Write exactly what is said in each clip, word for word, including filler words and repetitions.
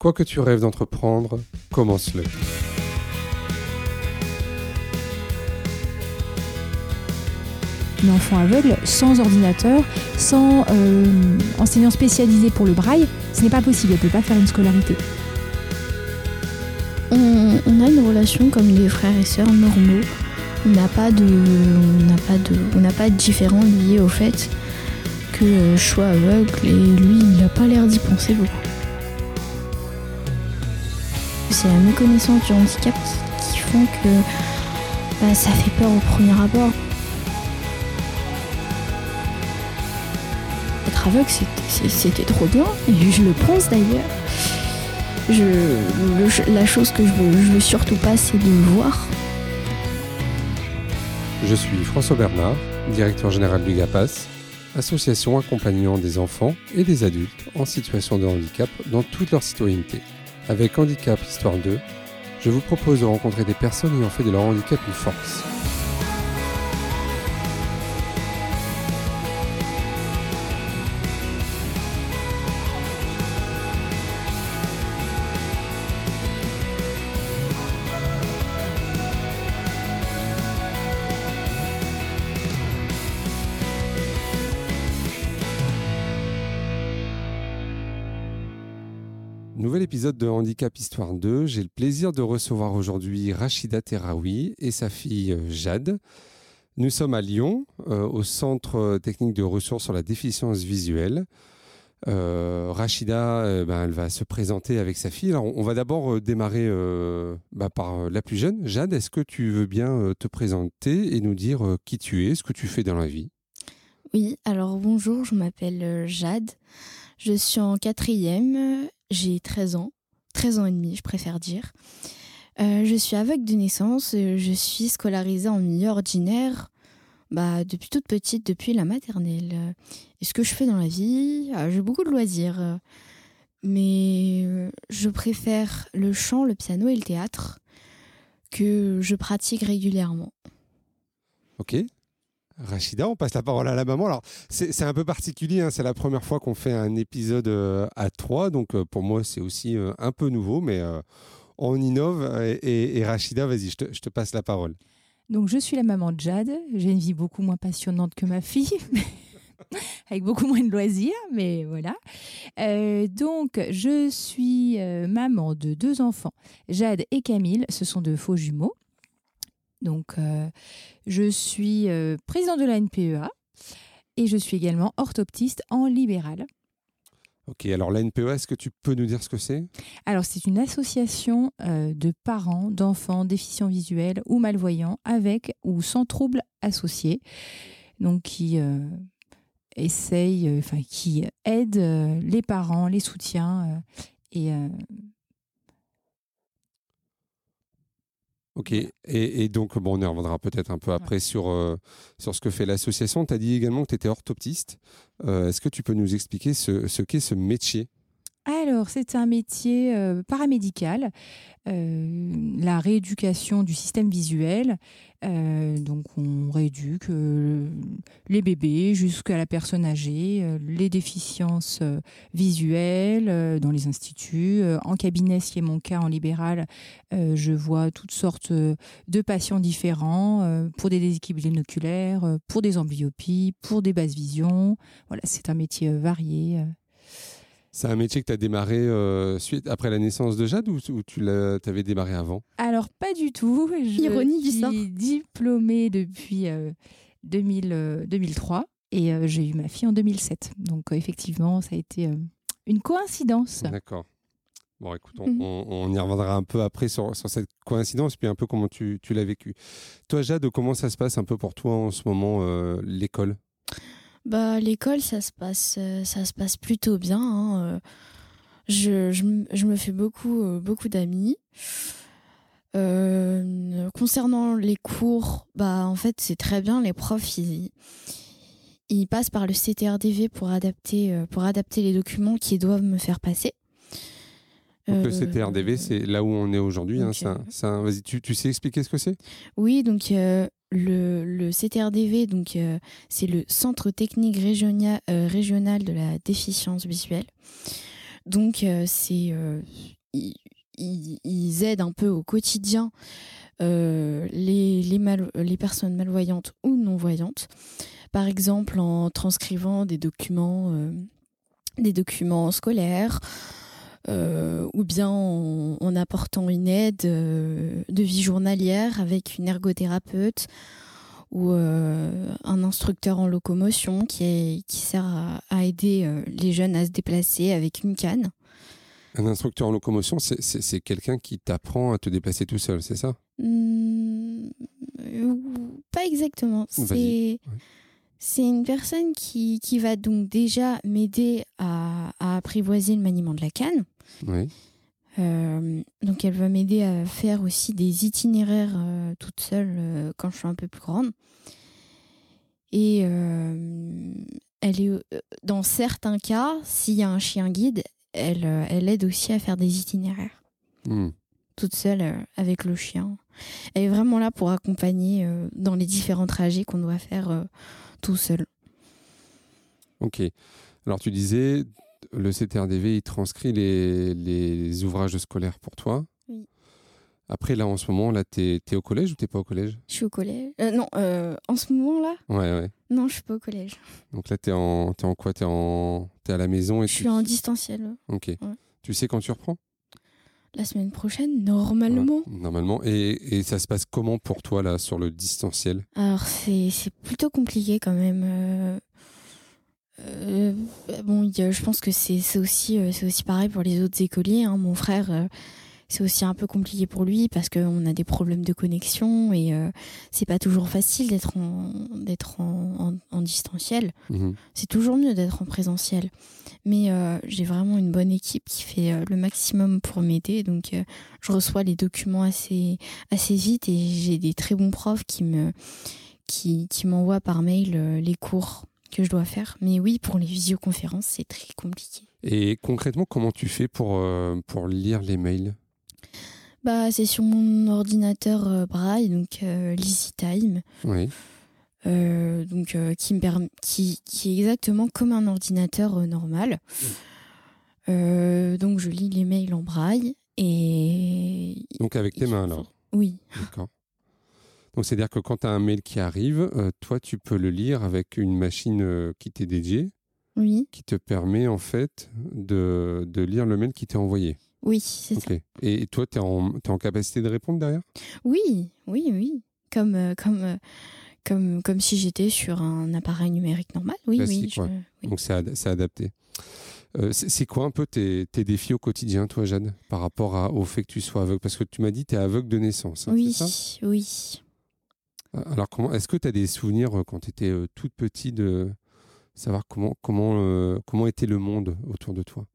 Quoi que tu rêves d'entreprendre, commence-le. Une enfant aveugle, sans ordinateur, sans euh, enseignant spécialisé pour le braille, ce n'est pas possible, elle ne peut pas faire une scolarité. On, on a une relation comme des frères et sœurs normaux. On n'a pas de, on n'a pas de, on n'a pas de différends liés au fait que euh, je sois aveugle et lui, il n'a pas l'air d'y penser beaucoup. C'est la méconnaissance du handicap qui font que bah, ça fait peur au premier abord. Être aveugle, c'était, c'était trop bien, et je le pense d'ailleurs. Je, le, la chose que je veux, je veux surtout pas, c'est de le voir. Je suis François Bernard, directeur général du GAPAS, association accompagnant des enfants et des adultes en situation de handicap dans toute leur citoyenneté. Avec Handicap Histoire deux, je vous propose de rencontrer des personnes ayant fait de leur handicap une force. Nouvel épisode de Handicap Histoire deux. J'ai le plaisir de recevoir aujourd'hui Rachida Terraoui et sa fille Jade. Nous sommes à Lyon, euh, au Centre technique de ressources sur la déficience visuelle. Euh, Rachida, euh, ben, elle va se présenter avec sa fille. Alors, on va d'abord euh, démarrer euh, bah, par la plus jeune. Jade, est-ce que tu veux bien euh, te présenter et nous dire euh, qui tu es, ce que tu fais dans la vie ? Oui, alors bonjour, je m'appelle Jade. Je suis en quatrième. J'ai treize ans, treize ans et demi, je préfère dire. Euh, je suis aveugle de naissance, je suis scolarisée en milieu ordinaire bah, depuis toute petite, depuis la maternelle. Et ce que je fais dans la vie, euh, j'ai beaucoup de loisirs, mais je préfère le chant, le piano et le théâtre que je pratique régulièrement. Ok. Rachida, on passe la parole à la maman. Alors, c'est, c'est un peu particulier, hein, c'est la première fois qu'on fait un épisode euh, à trois, donc euh, pour moi c'est aussi euh, un peu nouveau, mais euh, on innove. Et, et, et Rachida, vas-y, je te, je te passe la parole. Donc je suis la maman de Jade, j'ai une vie beaucoup moins passionnante que ma fille, avec beaucoup moins de loisirs, mais voilà. Euh, donc je suis euh, maman de deux enfants, Jade et Camille, ce sont de faux jumeaux. Donc, euh, je suis euh, présidente de la N P E A et je suis également orthoptiste en libéral. Ok, alors la N P E A, est-ce que tu peux nous dire ce que c'est ? Alors, c'est une association euh, de parents d'enfants déficients visuels ou malvoyants avec ou sans troubles associés, donc qui euh, essaye, enfin euh, qui aide euh, les parents, les soutient euh, et euh, Ok, et, et donc bon, on y reviendra peut-être un peu après ouais. sur, euh, sur ce que fait l'association. Tu as dit également que tu étais orthoptiste. Euh, est-ce que tu peux nous expliquer ce, ce qu'est ce métier ? Alors, c'est un métier euh, paramédical, euh, la rééducation du système visuel. Euh, donc, on rééduque euh, les bébés jusqu'à la personne âgée, euh, les déficiences euh, visuelles euh, dans les instituts. Euh, en cabinet, ce qui est mon cas en libéral, euh, je vois toutes sortes de patients différents euh, pour des déséquilibres binoculaires, euh, pour des amblyopies, pour des basses visions. Voilà, c'est un métier euh, varié. Euh. C'est un métier que tu as démarré euh, suite, après la naissance de Jade ou, ou tu l'avais démarré avant ? Alors, pas du tout. Je Ironie du sort. suis diplômée depuis euh, deux mille, euh, deux mille trois et euh, j'ai eu ma fille en deux mille sept. Donc, euh, effectivement, ça a été euh, une coïncidence. D'accord. Bon, écoute, on, mmh. on, on y reviendra un peu après sur, sur cette coïncidence, puis un peu comment tu, tu l'as vécu. Toi, Jade, comment ça se passe un peu pour toi en ce moment, euh, l'école ? Bah, l'école, ça se passe, ça se passe plutôt bien. Hein. Je, je, je me fais beaucoup, beaucoup d'amis. Euh, concernant les cours, bah, en fait, c'est très bien. Les profs, ils, ils passent par le C T R D V pour adapter, pour adapter les documents qu'ils doivent me faire passer. Donc euh, le C T R D V, c'est là où on est aujourd'hui. Donc, hein, c'est un, c'est un... Vas-y, tu, tu sais expliquer ce que c'est ? Oui, donc euh, le, le C T R D V, donc, euh, c'est le Centre technique régional, euh, régional de la déficience visuelle. Donc, euh, c'est, euh, ils, ils- ils aident un peu au quotidien euh, les, les, mal- les personnes malvoyantes ou non-voyantes. Par exemple, en transcrivant des documents, euh, des documents scolaires, euh, ou bien en, en apportant une aide euh, de vie journalière avec une ergothérapeute ou euh, un instructeur en locomotion qui, est, qui sert à, à aider euh, les jeunes à se déplacer avec une canne. Un instructeur en locomotion, c'est, c'est, c'est quelqu'un qui t'apprend à te déplacer tout seul, c'est ça? Mmh, euh, pas exactement. Vas-y. C'est, Ouais. c'est une personne qui, qui va donc déjà m'aider à, à apprivoiser le maniement de la canne. Oui. Euh, donc elle va m'aider à faire aussi des itinéraires euh, toute seule euh, quand je suis un peu plus grande. Et euh, elle est, euh, dans certains cas, s'il y a un chien guide, elle, euh, elle aide aussi à faire des itinéraires. Mmh. Toute seule euh, avec le chien. Elle est vraiment là pour accompagner euh, dans les différents trajets qu'on doit faire euh, tout seul. Ok. Alors tu disais, le C T R D V, il transcrit les, les ouvrages scolaires pour toi. Oui. Après, là, en ce moment, là, t'es, t'es au collège ou t'es pas au collège? Je suis au collège. Euh, non, euh, en ce moment-là, Ouais, ouais. non, je suis pas au collège. Donc là, t'es en, t'es en quoi? T'es en, t'es à la maison et Je tu... suis en distanciel. Ok. Ouais. Tu sais quand tu reprends? La semaine prochaine, normalement. Ouais, normalement. Et, et ça se passe comment pour toi, là, sur le distanciel? Alors, c'est, c'est plutôt compliqué quand même. Euh, euh, bon, il y a- je pense que c'est, c'est, aussi, euh, c'est aussi pareil pour les autres écoliers. Hein. Mon frère, euh, c'est aussi un peu compliqué pour lui parce qu'on a des problèmes de connexion et euh, c'est pas toujours facile d'être en, d'être en, en, en distanciel. Mhm. C'est toujours mieux d'être en présentiel. Mais euh, j'ai vraiment une bonne équipe qui fait euh, le maximum pour m'aider. Donc, euh, je reçois les documents assez, assez vite et j'ai des très bons profs qui, me, qui, qui m'envoient par mail euh, les cours que je dois faire. Mais oui, pour les visioconférences, c'est très compliqué. Et concrètement, comment tu fais pour, euh, pour lire les mails? Bah, c'est sur mon ordinateur euh, Braille, donc euh, LeasyTime. Oui. Euh, donc, euh, qui, me permet, qui, qui est exactement comme un ordinateur euh, normal. Euh, donc, je lis les mails en braille. Et... Donc, avec tes mains, alors? Oui. D'accord. Donc, c'est-à-dire que quand tu as un mail qui arrive, euh, toi, tu peux le lire avec une machine euh, qui t'est dédiée, Oui. qui te permet, en fait, de, de lire le mail qui t'est envoyé. Oui, c'est Ok. ça. Et toi, tu es en, t'es en capacité de répondre derrière? Oui, oui, oui. Comme, euh, comme, euh, comme, comme si j'étais sur un appareil numérique normal. Oui, Classique, oui, je- ouais. oui. Donc, c'est, ad- c'est adapté. Euh, c'est, c'est quoi un peu tes, tes défis au quotidien, toi, Jade, par rapport à- au fait que tu sois aveugle? Parce que tu m'as dit que tu es aveugle de naissance, hein, Oui, c'est ça? oui. Alors, comment, est-ce que tu as des souvenirs euh, quand tu étais euh, toute petite de savoir comment, comment, euh, comment était le monde autour de toi?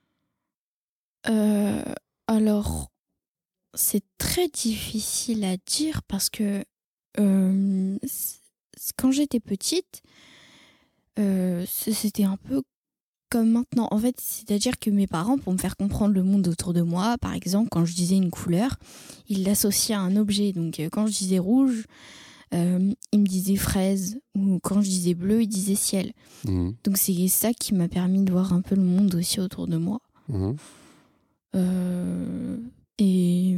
Euh, alors, c'est très difficile à dire parce que euh, c- quand j'étais petite, euh, c- c'était un peu comme maintenant. En fait, c'est-à-dire que mes parents, pour me faire comprendre le monde autour de moi, par exemple, quand je disais une couleur, ils l'associaient à un objet. Donc, euh, quand je disais rouge, euh, ils me disaient fraise. Ou quand je disais bleu, ils disaient ciel. Mhm. Donc, c'est ça qui m'a permis de voir un peu le monde aussi autour de moi. Mhm. Euh, et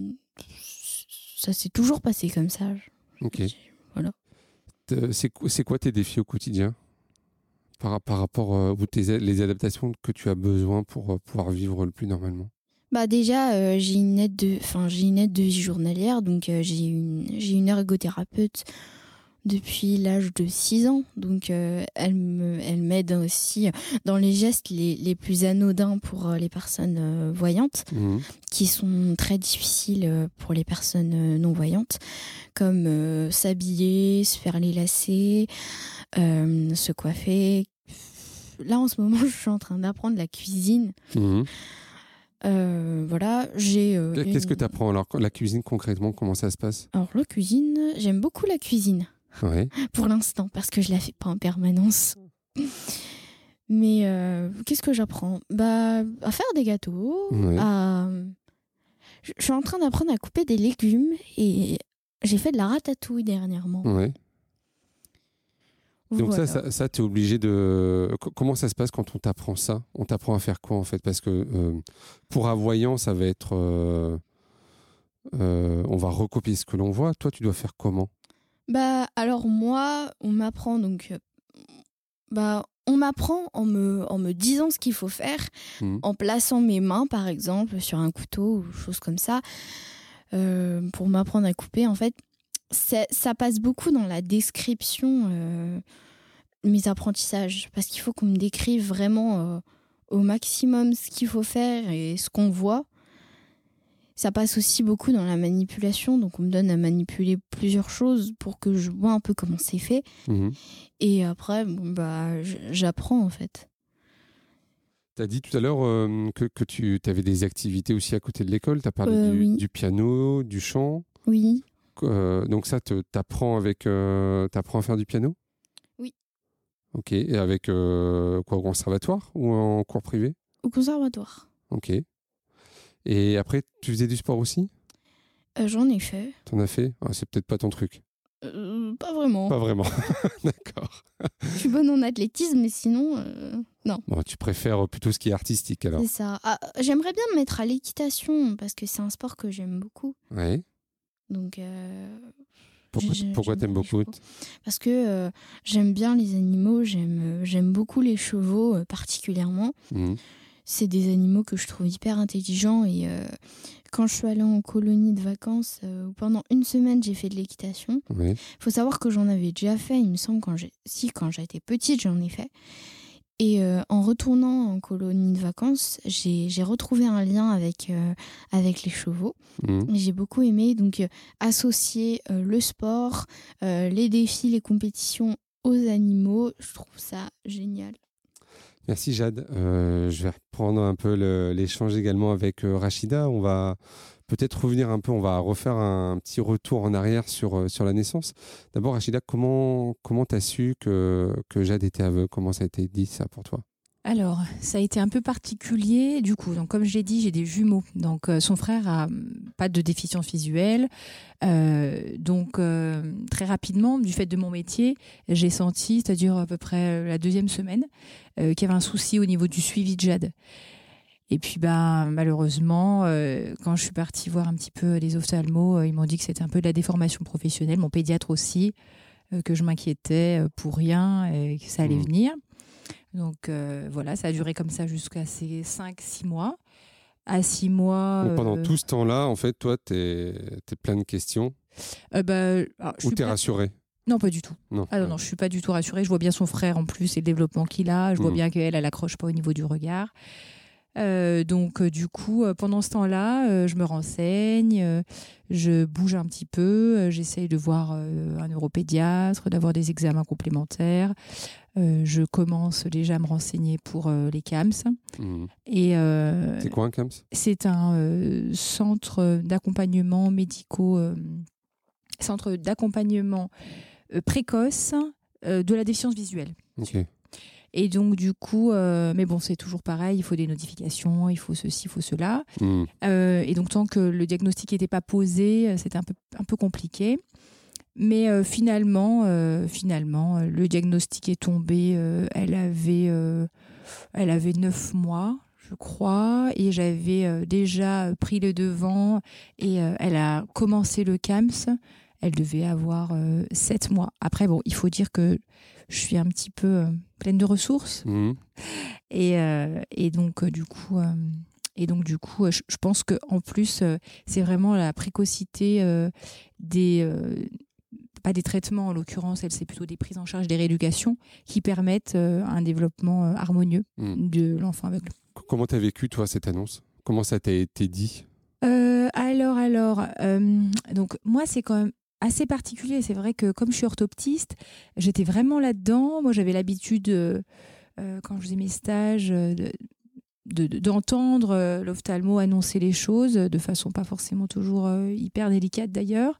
ça s'est toujours passé comme ça. Ok. Voilà. Te- C'est, qu- c'est quoi tes défis au quotidien par, par rapport euh, ou tes, les adaptations que tu as besoin pour euh, pouvoir vivre le plus normalement? Bah déjà, euh, j'ai une aide de, enfin j'ai une aide de vie journalière, donc euh, j'ai une, j'ai une ergothérapeute depuis l'âge de six ans, donc euh, elle me, elle m'aide aussi dans les gestes les, les plus anodins pour euh, les personnes euh, voyantes, Mhm. qui sont très difficiles euh, pour les personnes euh, non voyantes, comme euh, s'habiller, se faire les lacets, euh, se coiffer. Là en ce moment, je suis en train d'apprendre la cuisine. Mhm. Euh, voilà, j'ai. euh, Qu'est-ce que une- tu apprends alors? La cuisine, concrètement, comment ça se passe? Alors, la cuisine, j'aime beaucoup la cuisine, Ouais. pour l'instant, parce que je la fais pas en permanence. Mais euh, qu'est-ce que j'apprends? Bah, à faire des gâteaux, Ouais. à. Je je suis en train d'apprendre à couper des légumes et j'ai fait de la ratatouille dernièrement. Ouais. Donc Voilà. ça, ça, ça tu es obligé de... Comment ça se passe quand on t'apprend ça? On t'apprend à faire quoi en fait? Parce que euh, pour un voyant, ça va être... Euh, euh, on va recopier ce que l'on voit. Toi, tu dois faire comment? Bah, alors moi, on m'apprend donc... euh, Bah, on m'apprend en me, en me disant ce qu'il faut faire, Mmh. en plaçant mes mains, par exemple, sur un couteau ou choses comme ça, euh, pour m'apprendre à couper. En fait, c'est- ça passe beaucoup dans la description, euh, mes apprentissages, parce qu'il faut qu'on me décrive vraiment euh, au maximum ce qu'il faut faire et ce qu'on voit. Ça passe aussi beaucoup dans la manipulation, donc on me donne à manipuler plusieurs choses pour que je vois un peu comment c'est fait. Mmh. Et après, bon, bah, j- j'apprends en fait. Tu as dit tout à l'heure euh, que, que tu avais des activités aussi à côté de l'école. Tu as parlé Euh, du, oui. du piano, du chant. Oui, Euh, donc ça, tu apprends avec, euh, t'apprends à faire du piano? Oui. Ok. Et avec euh, quoi, au conservatoire ou en cours privé? au conservatoire. Ok. Et après, tu faisais du sport aussi? Euh, J'en ai fait. T'en as fait? Ah, c'est peut-être pas ton truc. Euh, pas vraiment. Pas vraiment. D'accord. Je suis bonne en athlétisme, mais sinon, euh, non. Bon, tu préfères plutôt ce qui est artistique alors? C'est ça. Ah, j'aimerais bien me mettre à l'équitation parce que c'est un sport que j'aime beaucoup. Ouais. Donc, euh, Pourquoi, j'ai- pourquoi j'aime t'aimes bien les beaucoup? chevaux. Parce que euh, j'aime bien les animaux, j'aime euh, j'aime beaucoup les chevaux euh, particulièrement. Mhm. C'est des animaux que je trouve hyper intelligents et euh, quand je suis allée en colonie de vacances, euh, où pendant une semaine j'ai fait de l'équitation. Ouais. Il faut savoir que j'en avais déjà fait, il me semble, quand j'ai si quand j'étais petite, j'en ai fait. Et euh, en retournant en colonie de vacances, j'ai j'ai retrouvé un lien avec, euh, avec les chevaux. Mhm. Et j'ai beaucoup aimé donc euh, associer euh, le sport, euh, les défis, les compétitions aux animaux. Je trouve ça génial. Merci Jade. Euh, je vais reprendre un peu le- l'échange également avec euh, Rachida. On va peut-être revenir un peu, on va refaire un, petit retour en arrière sur, euh, sur la naissance. D'abord Rachida, comment comment tu as su que, que Jade était aveugle? Comment ça a été dit ça pour toi? Alors, ça a été un peu particulier. Du coup, donc, comme je l'ai dit, j'ai des jumeaux. Donc, euh, son frère a hum, pas de déficience visuelle. Euh, donc, euh, très rapidement, du fait de mon métier, j'ai senti, c'est-à-dire à peu près la deuxième semaine, euh, qu'il y avait un souci au niveau du suivi de Jade. Et puis, bah, malheureusement, euh, quand je suis partie voir un petit peu les ophtalmos, euh, ils m'ont dit que c'était un peu de la déformation professionnelle. Mon pédiatre aussi, euh, que je m'inquiétais euh, pour rien et que ça allait Mmh. venir. Donc euh, voilà, ça a duré comme ça jusqu'à ces cinq six mois. À six mois... Donc, pendant euh, tout ce temps-là, en fait, toi, tu es plein de questions euh, bah, alors, je ou suis tu es pas- rassurée? Non, pas du tout. Non. Ah non, non, je suis pas du tout rassurée. Je vois bien son frère en plus et le développement qu'il a. Je vois Mhm. bien qu'elle, elle accroche pas au niveau du regard. Euh, donc euh, du coup, euh, pendant ce temps-là, euh, je me renseigne, euh, je bouge un petit peu, euh, j'essaye de voir euh, un neuropédiatre, d'avoir des examens complémentaires. Euh, je commence déjà à me renseigner pour euh, les C A M S. Mhm. Et euh, C'est quoi un C A M S? c'est un euh, centre d'accompagnement médico, euh, centre d'accompagnement euh, précoce euh, de la déficience visuelle. Ok. Et donc, du coup, euh, mais bon, c'est toujours pareil, il faut des notifications, il faut ceci, il faut cela. Mhm. Euh, et donc, tant que le diagnostic n'était pas posé, euh, c'était un peu, un peu compliqué. Mais euh, finalement, euh, finalement euh, le diagnostic est tombé. Euh, elle avait, euh, elle avait neuf mois, je crois, et j'avais euh, déjà pris le devant. Et euh, elle a commencé le C A M S. Elle devait avoir euh, sept mois. Après, bon, il faut dire que je suis un petit peu euh, pleine de ressources. Mhm. Et, euh, et donc, euh, du coup, euh, et donc, du coup, euh, je, je pense qu'en plus, euh, c'est vraiment la précocité euh, des, euh, pas des traitements en l'occurrence, elle, c'est plutôt des prises en charge, des rééducations qui permettent euh, un développement euh, harmonieux Mhm. de l'enfant aveugle. Comment tu as vécu, toi, cette annonce? Comment ça t'a été dit? Euh, alors, alors, euh, donc moi, c'est quand même assez particulier. C'est vrai que comme je suis orthoptiste, j'étais vraiment là-dedans. Moi, j'avais l'habitude, euh, euh, quand je faisais mes stages, euh, de, de- de- d'entendre euh, l'ophtalmo annoncer les choses de façon pas forcément toujours euh, hyper délicate d'ailleurs.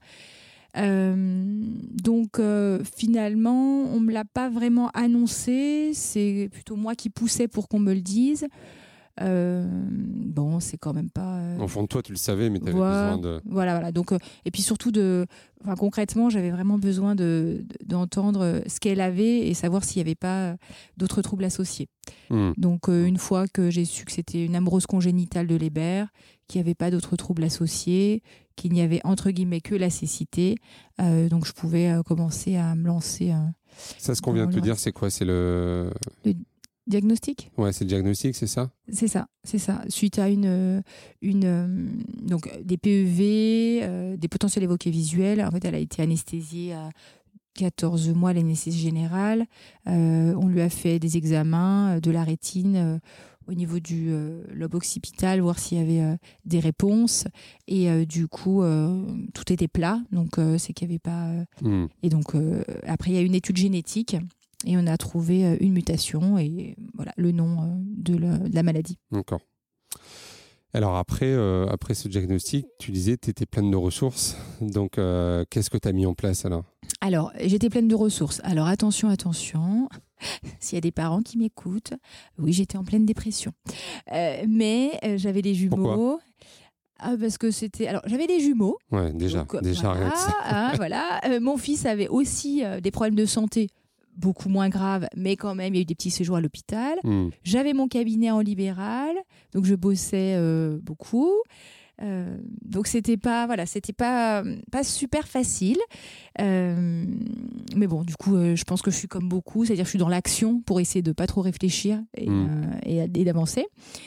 Euh, donc euh, finalement, on me l'a pas vraiment annoncé. C'est plutôt moi qui poussais pour qu'on me le dise. Euh, bon, c'est quand même pas Euh, Au fond de toi, tu le savais, mais tu avais voilà, besoin de... Voilà, voilà. Donc, euh, et puis surtout, de, enfin, concrètement, j'avais vraiment besoin de, de, d'entendre ce qu'elle avait et savoir s'il n'y avait pas d'autres troubles associés. Mmh. Donc, euh, une fois que j'ai su que c'était une ambrose congénitale de Leber, qu'il n'y avait pas d'autres troubles associés, qu'il n'y avait entre guillemets que la cécité, euh, donc je pouvais euh, commencer à me lancer. Euh, Ça, ce qu'on vient de te dire, c'est quoi? C'est le... le diagnostic? Ouais, c'est le diagnostic, c'est ça? C'est ça, c'est ça. Suite à une, une donc des P E V, euh, des potentiels évoqués visuels. En fait, elle a été anesthésiée à quatorze mois, l'anesthésie générale. Euh, on lui a fait des examens de la rétine euh, au niveau du euh, lobe occipital, voir s'il y avait euh, des réponses. Et euh, du coup, euh, tout était plat. Donc, euh, c'est qu'il n'y avait pas... Euh... Mmh. Et donc, euh, après, il y a une étude génétique. Et on a trouvé euh, une mutation et voilà le nom euh, de, la, de la maladie. D'accord. Alors après, euh, après ce diagnostic, tu disais que tu étais pleine de ressources. Donc, euh, qu'est-ce que tu as mis en place alors? Alors, j'étais pleine de ressources. Alors, attention, attention. S'il y a des parents qui m'écoutent, oui, j'étais en pleine dépression. Euh, mais euh, j'avais des jumeaux. Pourquoi? Ah, parce que c'était... Alors, j'avais des jumeaux. Ouais, déjà, Donc, déjà voilà, rien que ça. Hein, voilà. Euh, mon fils avait aussi euh, des problèmes de santé. Beaucoup moins grave, mais quand même, il y a eu des petits séjours à l'hôpital. Mmh. J'avais mon cabinet en libéral, donc je bossais euh, beaucoup. Euh, donc c'était pas, voilà, c'était pas, pas super facile. Euh, mais bon, du coup, euh, je pense que je suis comme beaucoup, c'est-à-dire que je suis dans l'action pour essayer de pas trop réfléchir et, Mmh. euh, et, et d'avancer.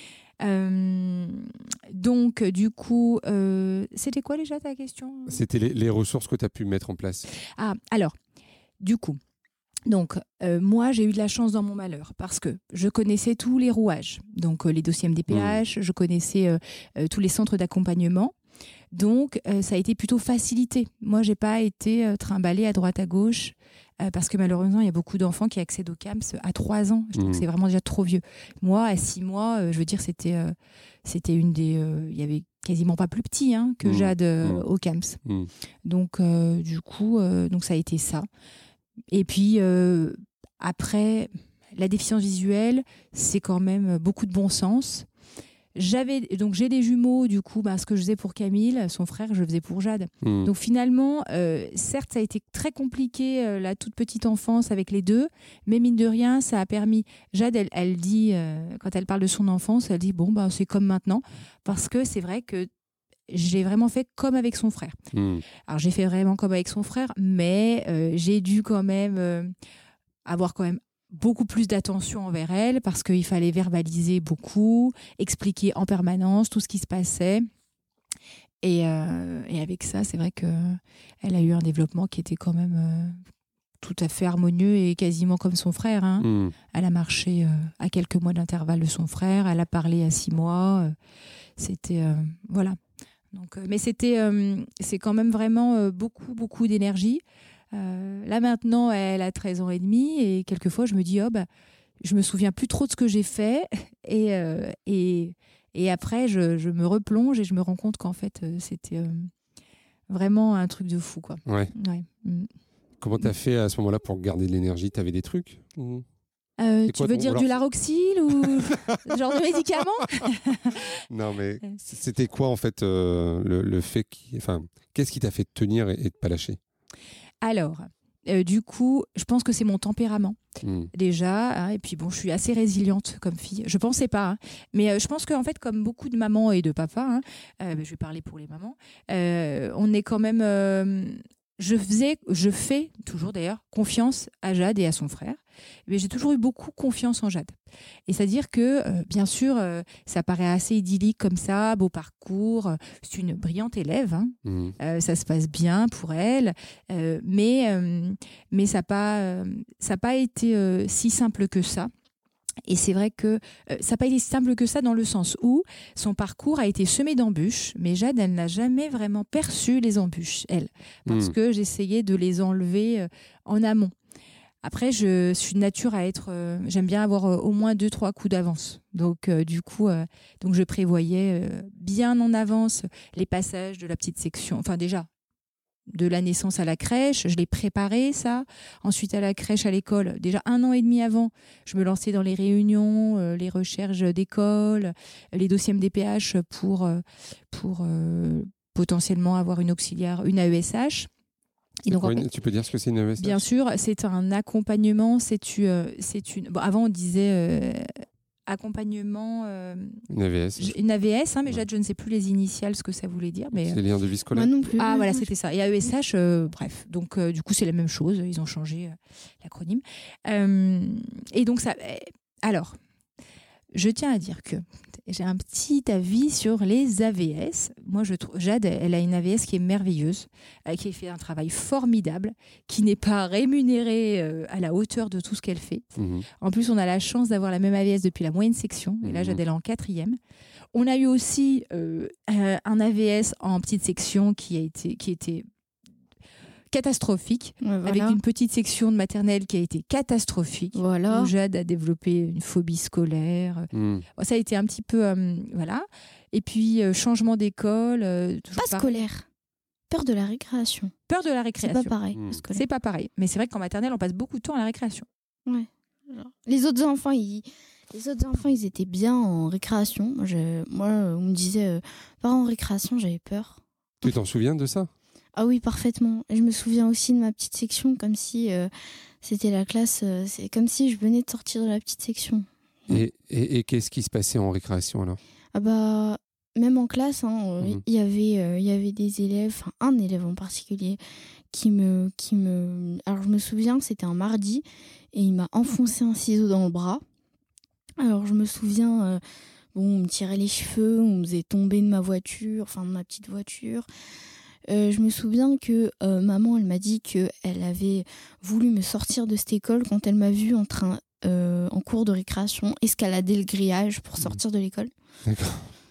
Euh, donc, du coup, euh, c'était quoi déjà ta question? C'était les, les ressources que tu as pu mettre en place. Ah, alors, du coup. Donc, euh, moi, j'ai eu de la chance dans mon malheur parce que je connaissais tous les rouages. Donc, euh, les dossiers M D P H, mmh. je connaissais euh, euh, tous les centres d'accompagnement. Donc, euh, ça a été plutôt facilité. Moi, je n'ai pas été euh, trimballée à droite, à gauche euh, parce que malheureusement, il y a beaucoup d'enfants qui accèdent au CAMS à trois ans. Je trouve mmh. que c'est vraiment déjà trop vieux. Moi, à six mois, euh, je veux dire, c'était, euh, c'était une des... Euh, il y avait quasiment pas plus petit hein, que mmh. Jade euh, mmh. au CAMS. Mmh. Donc, euh, du coup, euh, donc ça a été ça. Et puis, euh, après, la déficience visuelle, c'est quand même beaucoup de bon sens. J'avais, donc, j'ai des jumeaux, du coup, bah, ce que je faisais pour Camille, son frère, je le faisais pour Jade. Mmh. Donc, finalement, euh, certes, ça a été très compliqué, euh, la toute petite enfance avec les deux, mais mine de rien, ça a permis... Jade, elle, elle dit, euh, quand elle parle de son enfance, elle dit, bon, bah, c'est comme maintenant, parce que c'est vrai que j'ai vraiment fait comme avec son frère. Mmh. Alors, j'ai fait vraiment comme avec son frère, mais euh, j'ai dû quand même euh, avoir quand même beaucoup plus d'attention envers elle parce qu'il fallait verbaliser beaucoup, expliquer en permanence tout ce qui se passait. Et, euh, et avec ça, c'est vrai qu'elle a eu un développement qui était quand même euh, tout à fait harmonieux et quasiment comme son frère. Hein. Mmh. Elle a marché euh, à quelques mois d'intervalle de son frère, elle a parlé à six mois. Euh, c'était... Euh, voilà. Donc, euh, mais c'était, euh, c'est quand même vraiment euh, beaucoup, beaucoup d'énergie. Euh, là, maintenant, elle a treize ans et demi et quelquefois, je me dis, oh, bah, je me souviens plus trop de ce que j'ai fait. Et, euh, et, et après, je, je me replonge et je me rends compte qu'en fait, euh, c'était euh, vraiment un truc de fou, quoi. Ouais. Ouais. Mm. Comment tu as fait à ce moment-là pour garder de l'énergie? Tu avais des trucs ou... Euh, tu veux dire alors... du Laroxyl ou ce genre de médicaments? Non, mais c'était quoi en fait euh, le, le fait qui, enfin, qu'est-ce qui t'a fait tenir et, et de pas lâcher? Alors, euh, du coup, je pense que c'est mon tempérament mmh. déjà, hein, et puis bon, je suis assez résiliente comme fille. Je pensais pas, hein, mais euh, je pense qu'en fait, comme beaucoup de mamans et de papas, hein, euh, je vais parler pour les mamans, euh, on est quand même. Euh, Je faisais, je fais toujours d'ailleurs confiance à Jade et à son frère, mais j'ai toujours eu beaucoup confiance en Jade. Et c'est-à-dire que, euh, bien sûr, euh, ça paraît assez idyllique comme ça, beau parcours, euh, c'est une brillante élève, hein. Mmh. euh, ça se passe bien pour elle, euh, mais, euh, mais ça n'a pas, euh, ça n'a pas été euh, si simple que ça. Et c'est vrai que euh, ça n'a pas été si simple que ça dans le sens où son parcours a été semé d'embûches, mais Jade, elle n'a jamais vraiment perçu les embûches, elle, parce mmh. que j'essayais de les enlever euh, en amont. Après, je suis de nature à être... Euh, j'aime bien avoir euh, au moins deux, trois coups d'avance. Donc, euh, du coup, euh, donc je prévoyais euh, bien en avance les passages de la petite section. Enfin, déjà, de la naissance à la crèche, je l'ai préparé ça. Ensuite à la crèche, à l'école, déjà un an et demi avant, je me lançais dans les réunions, euh, les recherches d'école, les dossiers M D P H pour, euh, pour euh, potentiellement avoir une auxiliaire, une A E S H. Et donc, quoi, en fait, tu peux dire ce que c'est une A E S H ? Bien sûr, c'est un accompagnement. C'est une, c'est une... Bon, avant, on disait euh, accompagnement... Euh, une A V S. Une A V S, hein, mais ouais. Jade, je ne sais plus les initiales, ce que ça voulait dire. Mais... C'est les liens de vie scolaire. Moi non plus. Ah, voilà, c'était ça. Et A E S H, euh, bref. Donc, euh, du coup, c'est la même chose. Ils ont changé euh, l'acronyme. Euh, et donc, ça... Alors, je tiens à dire que j'ai un petit avis sur les A V S. Moi, je trouve Jade, elle a une A V S qui est merveilleuse, qui fait un travail formidable, qui n'est pas rémunérée euh, à la hauteur de tout ce qu'elle fait. Mmh. En plus, on a la chance d'avoir la même A V S depuis la moyenne section. Et là, Jade, elle est en quatrième. On a eu aussi euh, un A V S en petite section qui a été, qui était catastrophique, ouais, voilà. Avec une petite section de maternelle qui a été catastrophique. Voilà. Où Jade a développé une phobie scolaire. Mmh. Ça a été un petit peu... Euh, voilà. Et puis, euh, changement d'école. Euh, pas scolaire. Peur de la récréation. Peur de la récréation. C'est pas pareil. Mmh. C'est pas pareil. Mais c'est vrai qu'en maternelle, on passe beaucoup de temps à la récréation. Ouais. Alors, les autres enfants, ils... Les autres enfants, ils étaient bien en récréation. Moi, je... Moi on me disait, euh, pas en récréation, j'avais peur. Tu t'en souviens de ça ? Ah oui, parfaitement. Et je me souviens aussi de ma petite section, comme si euh, c'était la classe, euh, c'est comme si je venais de sortir de la petite section. Et, et, et qu'est-ce qui se passait en récréation alors ? Ah bah, même en classe, il hein, mmh. y avait, euh, y avait des élèves, un élève en particulier, qui me, qui me... Alors je me souviens que c'était un mardi, et il m'a enfoncé un ciseau dans le bras. Alors je me souviens, euh, bon, on me tirait les cheveux, on me faisait tomber de ma voiture, enfin de ma petite voiture. Euh, je me souviens que euh, maman, elle m'a dit qu'elle avait voulu me sortir de cette école quand elle m'a vue en, train, euh, en cours de récréation escalader le grillage pour sortir de l'école. D'accord.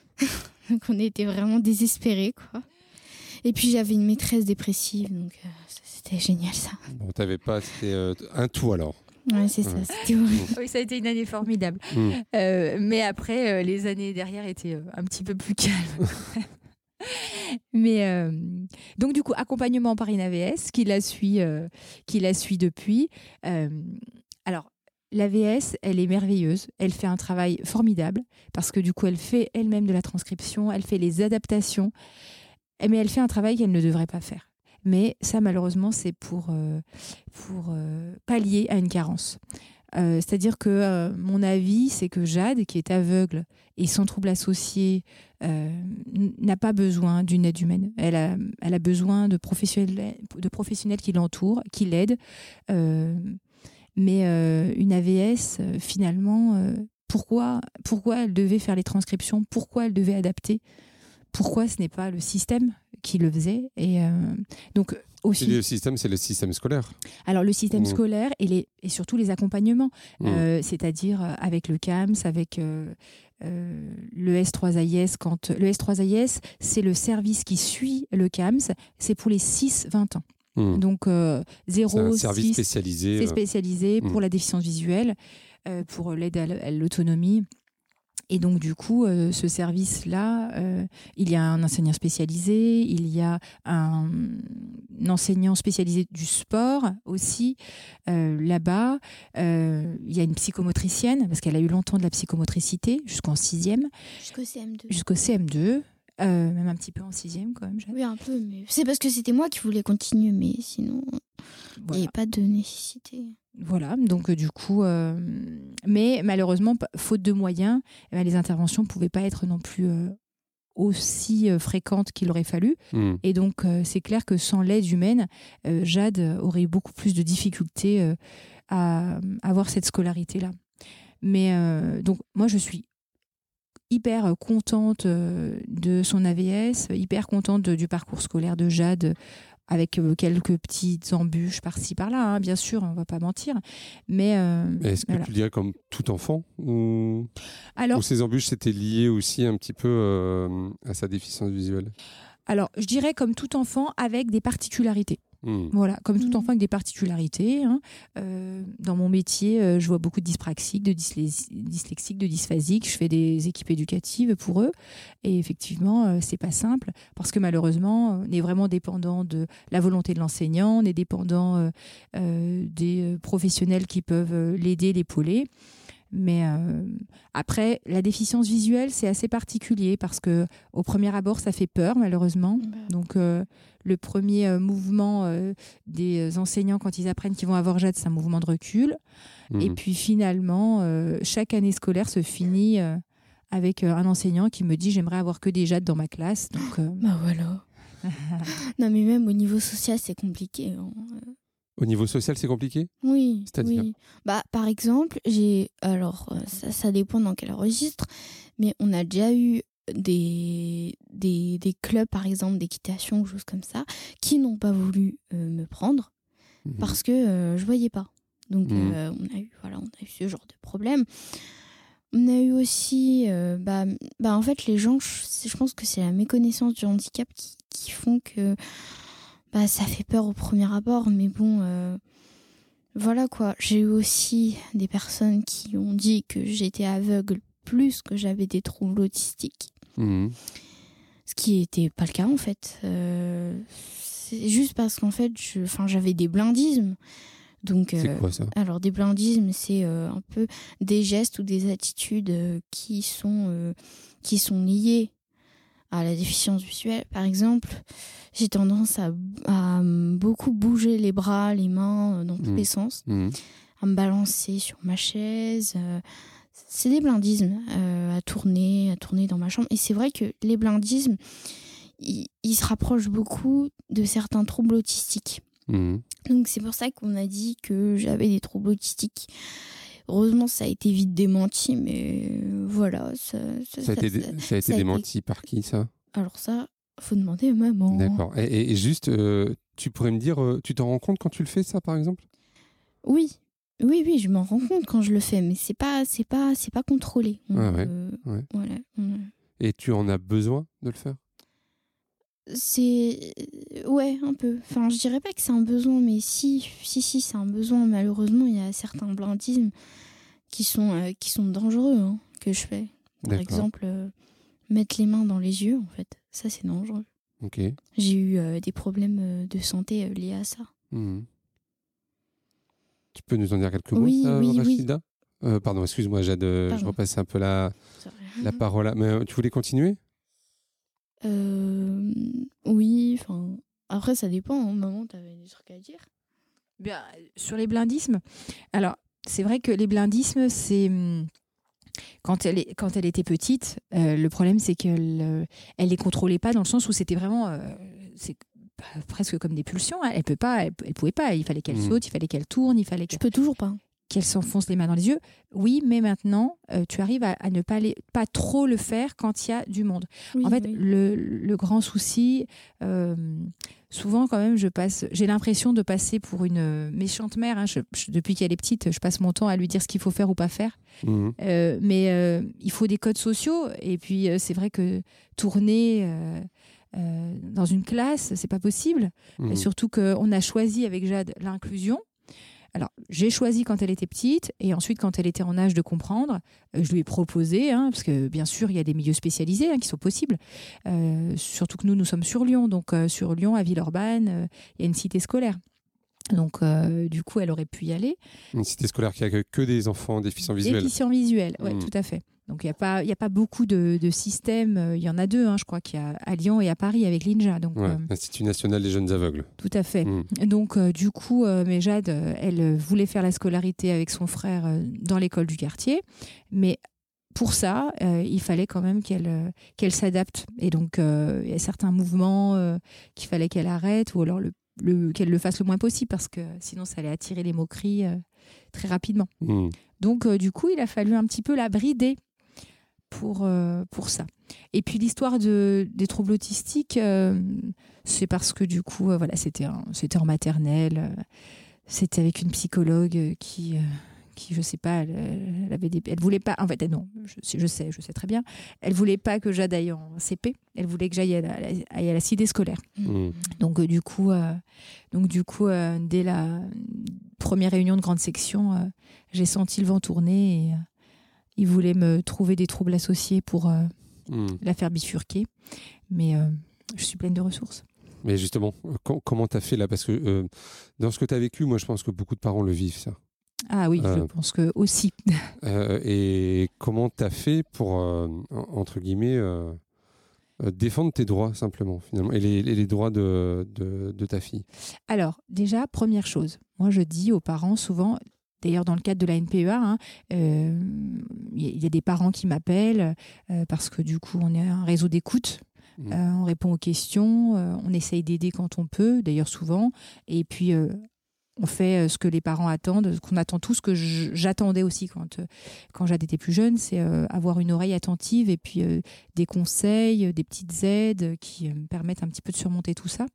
Donc on était vraiment désespérés, quoi. Et puis j'avais une maîtresse dépressive, donc euh, c'était génial ça. Bon, t'avais pas, c'était euh, un tout alors. Ouais, c'est ça, ouais. C'était horrible. Oui, ça a été une année formidable. Mmh. Euh, mais après, euh, les années derrière étaient euh, un petit peu plus calmes. Mais euh, donc du coup accompagnement par une A V S qui la suit, euh, qui la suit depuis. Euh, alors l'A V S, elle est merveilleuse, elle fait un travail formidable parce que du coup elle fait elle-même de la transcription, elle fait les adaptations, mais elle fait un travail qu'elle ne devrait pas faire. Mais ça malheureusement c'est pour euh, pour euh, pallier à une carence. Euh, c'est-à-dire que euh, mon avis, c'est que Jade, qui est aveugle et sans trouble associé, euh, n'a pas besoin d'une aide humaine. Elle a, elle a besoin de professionnels, de professionnels qui l'entourent, qui l'aident. Euh, mais euh, une A V S, euh, finalement, euh, pourquoi, pourquoi elle devait faire les transcriptions ? Pourquoi elle devait adapter ? Pourquoi ce n'est pas le système qui le faisait ? Et euh, donc aussi. Et le système, c'est le système scolaire. Alors le système mmh. scolaire et, les, et surtout les accompagnements, mmh. euh, c'est-à-dire avec le C A M S, avec euh, euh, le S trois A I S. Quand le S trois A I S, c'est le service qui suit le C A M S, c'est pour les six vingt ans. Mmh. Donc euh, zéro, c'est un service six, spécialisé. C'est spécialisé euh... pour mmh. la déficience visuelle, euh, pour l'aide à l'autonomie. Et donc, du coup, euh, ce service-là, euh, il y a un enseignant spécialisé, il y a un, un enseignant spécialisé du sport aussi, euh, là-bas. Euh, il y a une psychomotricienne, parce qu'elle a eu longtemps de la psychomotricité, jusqu'en sixième. Jusqu'au C M deux. Jusqu'au C M deux. Euh, même un petit peu en sixième, quand même. Oui, un peu, mais c'est parce que c'était moi qui voulais continuer, mais sinon, il voilà. n'y avait pas de nécessité. Voilà, donc euh, du coup, euh, mais malheureusement, faute de moyens, eh bien, les interventions ne pouvaient pas être non plus euh, aussi euh, fréquentes qu'il aurait fallu. Mmh. Et donc, euh, c'est clair que sans l'aide humaine, euh, Jade aurait eu beaucoup plus de difficultés euh, à, à avoir cette scolarité-là. Mais euh, donc, moi, je suis hyper contente euh, de son A V S, hyper contente de, du parcours scolaire de Jade, avec euh, quelques petites embûches par-ci par-là, hein, bien sûr, on ne va pas mentir. Mais euh, est-ce que voilà. tu le dirais comme tout enfant ou... Alors, ou ces embûches c'était lié aussi un petit peu euh, à sa déficience visuelle ? Alors, je dirais comme tout enfant avec des particularités. Mmh. Voilà, comme tout Mmh. enfant avec des particularités. Hein. Euh, dans mon métier, euh, je vois beaucoup de dyspraxiques, de dyslexi- dyslexiques, de dysphasiques. Je fais des équipes éducatives pour eux. Et effectivement, euh, c'est pas simple parce que malheureusement, on est vraiment dépendant de la volonté de l'enseignant, on est dépendant euh, euh, des professionnels qui peuvent euh, l'aider, l'épauler. Mais euh, après, la déficience visuelle, c'est assez particulier parce que au premier abord, ça fait peur, malheureusement. Bah, Donc, euh, le premier euh, mouvement euh, des enseignants quand ils apprennent qu'ils vont avoir Jade, c'est un mouvement de recul. Mmh. Et puis finalement, euh, chaque année scolaire se finit euh, avec euh, un enseignant qui me dit j'aimerais avoir que des Jades dans ma classe. Donc, euh, bah voilà. Non, mais même au niveau social, c'est compliqué. Hein. Au niveau social, c'est compliqué? Oui, C'est-à-dire oui. Bah, par exemple, j'ai. Alors, euh, ça, ça dépend dans quel registre, mais on a déjà eu des, des, des clubs, par exemple, d'équitation ou choses comme ça, qui n'ont pas voulu euh, me prendre Mmh. parce que euh, je voyais pas. Donc, Mhm. euh, on, a eu, voilà, on a eu ce genre de problème. On a eu aussi. euh, bah, bah, en fait, les gens, je, je pense que c'est la méconnaissance du handicap qui, qui font que. Bah, ça fait peur au premier abord, mais bon, euh, voilà quoi. J'ai eu aussi des personnes qui ont dit que j'étais aveugle plus que j'avais des troubles autistiques, Mmh. ce qui n'était pas le cas en fait. Euh, c'est juste parce qu'en fait, je, 'fin, j'avais des blindismes. Donc, C'est euh, quoi ça? alors des blindismes, c'est euh, un peu des gestes ou des attitudes euh, qui sont, euh, qui sont liés à la déficience visuelle. Par exemple, j'ai tendance à, à beaucoup bouger les bras, les mains euh, dans tous Mmh. les sens, Mmh. à me balancer sur ma chaise. euh, c'est des blindismes, euh, à tourner, à tourner dans ma chambre. Et c'est vrai que les blindismes, ils, ils se rapprochent beaucoup de certains troubles autistiques. Mmh. Donc c'est pour ça qu'on a dit que j'avais des troubles autistiques. Heureusement, ça a été vite démenti, mais euh, voilà. Ça, ça, Ça a été, dé- ça- ça a été ça a été- démenti par qui, ça? Alors ça, faut demander à maman. D'accord. Et, et- et juste, euh, tu pourrais me dire, euh, tu t'en rends compte quand tu le fais, ça, par exemple? Oui, oui, oui, je m'en rends compte quand je le fais, mais c'est pas, c'est pas, c'est pas contrôlé. On, Ah ouais, euh, ouais. Voilà. on- Et tu en as besoin de le faire? C'est, ouais, un peu. Enfin, je dirais pas que c'est un besoin, mais si, si, si, c'est un besoin. Malheureusement, il y a certains blindismes qui sont, euh, qui sont dangereux, hein, que je fais. Par D'accord. exemple, euh, mettre les mains dans les yeux, en fait, ça c'est dangereux. Ok. J'ai eu euh, des problèmes euh, de santé euh, liés à ça. Mhm. Tu peux nous en dire quelques mots, Oui, ça, oui, oui. Rachida? Euh, pardon, excuse-moi, Jade, euh, je Pardon. repassais un peu la, Ça la parole. À... Mais euh, tu voulais continuer? Euh, oui, enfin. Après, ça dépend. Hein. Maman, t'avais des trucs à dire? Bien, sur les blindismes, alors c'est vrai que les blindismes, c'est hum, quand elle, est, quand elle était petite, euh, le problème c'est qu'elle euh, elle les contrôlait pas dans le sens où c'était vraiment euh, c'est pas- presque comme des pulsions. Hein. Elle peut pas, elle, elle pouvait pas. Il fallait qu'elle Mhm. saute, il fallait qu'elle tourne, il fallait Je qu'elle peux toujours pas. qu'elle s'enfonce les mains dans les yeux. Oui, mais maintenant, euh, tu arrives à, à ne pas, les, pas trop le faire quand il y a du monde. Oui, En fait, oui. le, le grand souci, euh, souvent quand même, je passe, j'ai l'impression de passer pour une méchante mère. Hein. Je- je- depuis qu'elle est petite, je passe mon temps à lui dire ce qu'il faut faire ou pas faire. Mhm. Euh, mais euh, il faut des codes sociaux. Et puis, euh, c'est vrai que tourner euh, euh, dans une classe, c'est pas possible. Mhm. Et surtout qu'on a choisi avec Jade l'inclusion. Alors, j'ai choisi quand elle était petite et ensuite quand elle était en âge de comprendre, euh, je lui ai proposé, hein, parce que bien sûr, il y a des milieux spécialisés hein, qui sont possibles. Euh, surtout que nous, nous sommes sur Lyon. Donc, euh, sur Lyon, à Villeurbanne, euh, il y a une cité scolaire. Donc, euh, du coup, elle aurait pu y aller. Une cité scolaire qui accueille que des enfants déficients visuels. Déficient visuel, oui, Mm. tout à fait. Donc, il n'y a, pas- il y a pas beaucoup de, de systèmes. Euh, Il y en a deux, hein, je crois qu'il y a à Lyon et à Paris avec l'I N J A. Donc, Ouais, euh, l'Institut national des jeunes aveugles. tout à fait. Mm. Donc, euh, du coup, euh, mais Jade, euh, elle euh, voulait faire la scolarité avec son frère euh, dans l'école du quartier. Mais pour ça, euh, il fallait quand même qu'elle euh, qu'elle s'adapte. Et donc, euh, il y a certains mouvements euh, qu'il fallait qu'elle arrête ou alors le, le- qu'elle le fasse le moins possible parce que sinon, ça allait attirer les moqueries euh, très rapidement. Mm. Donc, euh, du coup, il a fallu un petit peu la brider pour, euh, pour ça. Et puis, l'histoire de, des troubles autistiques, euh, c'est parce que, du coup, euh, voilà, c'était, un- c'était en maternelle. euh, c'était avec une psychologue euh, qui, euh, qui, je sais pas, elle, elle avait des, elle voulait pas, en fait, elle, non, je, je sais, je sais très bien, elle voulait pas que Jade aille en C P, elle voulait que j'aille à la, aille à la cité scolaire. Mmh. Donc euh, du coup, euh, donc du coup, euh, dès la première réunion de grande section, euh, j'ai senti le vent tourner et euh, ils voulaient me trouver des troubles associés pour euh, mmh. la faire bifurquer, mais euh, je suis pleine de ressources. Mais justement, com- comment tu as fait là? Parce que euh, dans ce que tu as vécu, moi je pense que beaucoup de parents le vivent, ça. Ah oui, euh, je pense que aussi. euh, et comment tu as fait pour, euh, entre guillemets, euh, euh, défendre tes droits simplement, finalement, et les, et les droits de, de, de ta fille? Alors, déjà, première chose, moi je dis aux parents souvent, d'ailleurs dans le cadre de la N P E A, hein, euh, y, y a des parents qui m'appellent euh, parce que du coup on est un réseau d'écoute. Mmh. Euh, on répond aux questions, euh, on essaye d'aider quand on peut, d'ailleurs souvent, et puis euh, on fait ce que les parents attendent, ce qu'on attend tous, ce que j'attendais aussi quand, quand Jade était plus jeune, c'est euh, avoir une oreille attentive et puis euh, des conseils, des petites aides qui me permettent un petit peu de surmonter tout ça.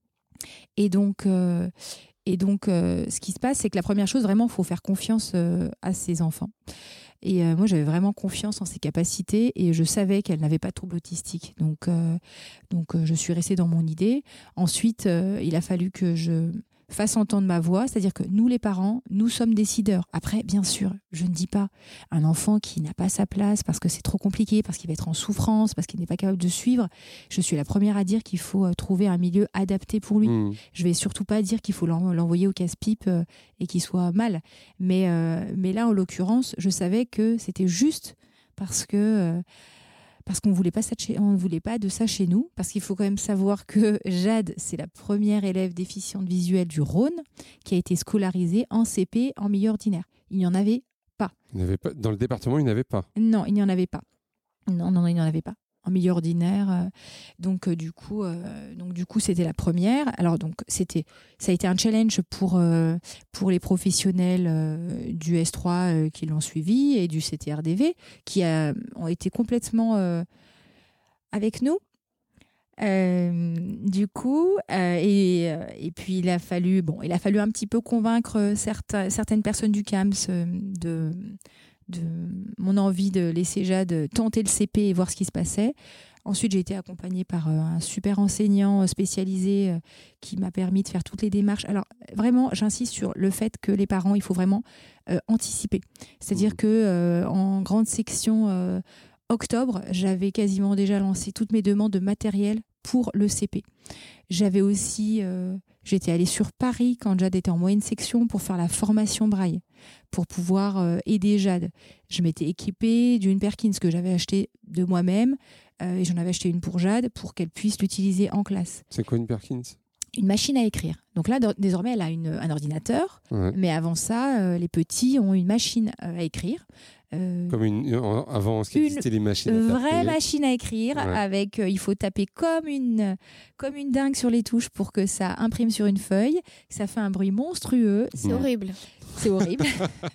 Et donc, euh, et donc euh, ce qui se passe, c'est que la première chose, vraiment, il faut faire confiance euh, à ses enfants. Et euh, moi, j'avais vraiment confiance en ses capacités et je savais qu'elle n'avait pas de trouble autistique. Donc, euh, donc euh, je suis restée dans mon idée. Ensuite, euh, il a fallu que je fasse entendre ma voix, c'est-à-dire que nous, les parents, nous sommes décideurs. Après, bien sûr, je ne dis pas un enfant qui n'a pas sa place parce que c'est trop compliqué, parce qu'il va être en souffrance, parce qu'il n'est pas capable de suivre. Je suis la première à dire qu'il faut trouver un milieu adapté pour lui. Mmh. Je vais surtout pas dire qu'il faut l'envoyer au casse-pipe et qu'il soit mal. Mais, euh, mais là, en l'occurrence, je savais que c'était juste parce que... Euh, parce qu'on voulait pas ça de chez, on ne voulait pas de ça chez nous, parce qu'il faut quand même savoir que Jade, c'est la première élève déficiente visuelle du Rhône qui a été scolarisée en C P en milieu ordinaire. Il n'y en avait pas. Il n'y avait pas. Dans le département, il n'y en avait pas. Non, il n'y en avait pas. Non, non, non, il n'y en avait pas. En milieu ordinaire, euh, donc euh, du coup, euh, donc du coup, c'était la première. Alors donc c'était, ça a été un challenge pour euh, pour les professionnels euh, du S trois euh, qui l'ont suivi et du C T R D V qui a, ont été complètement euh, avec nous. Euh, du coup, euh, et, et puis il a fallu, bon, il a fallu un petit peu convaincre certains, certaines personnes du C A M S euh, de de mon envie de laisser Jade tenter le C P et voir ce qui se passait. Ensuite, j'ai été accompagnée par un super enseignant spécialisé qui m'a permis de faire toutes les démarches. Alors, vraiment, j'insiste sur le fait que les parents, il faut vraiment euh, anticiper. C'est-à-dire mmh. que euh, en grande section euh, octobre, j'avais quasiment déjà lancé toutes mes demandes de matériel pour le C P. J'avais aussi... Euh, J'étais allée sur Paris quand Jade était en moyenne section pour faire la formation braille, pour pouvoir euh, aider Jade. Je m'étais équipée d'une Perkins que j'avais achetée de moi-même euh, et j'en avais acheté une pour Jade pour qu'elle puisse l'utiliser en classe. C'est quoi une Perkins ? Une machine à écrire. Donc là, désormais, elle a une, un ordinateur, ouais. mais avant ça, euh, les petits ont une machine euh, à écrire. Euh, Comme une, avant, ce qui existait les machines à Une vraie taper. machine à écrire, ouais. avec, euh, il faut taper comme une, comme une dingue sur les touches pour que ça imprime sur une feuille. Ça fait un bruit monstrueux. C'est mmh. horrible. C'est horrible.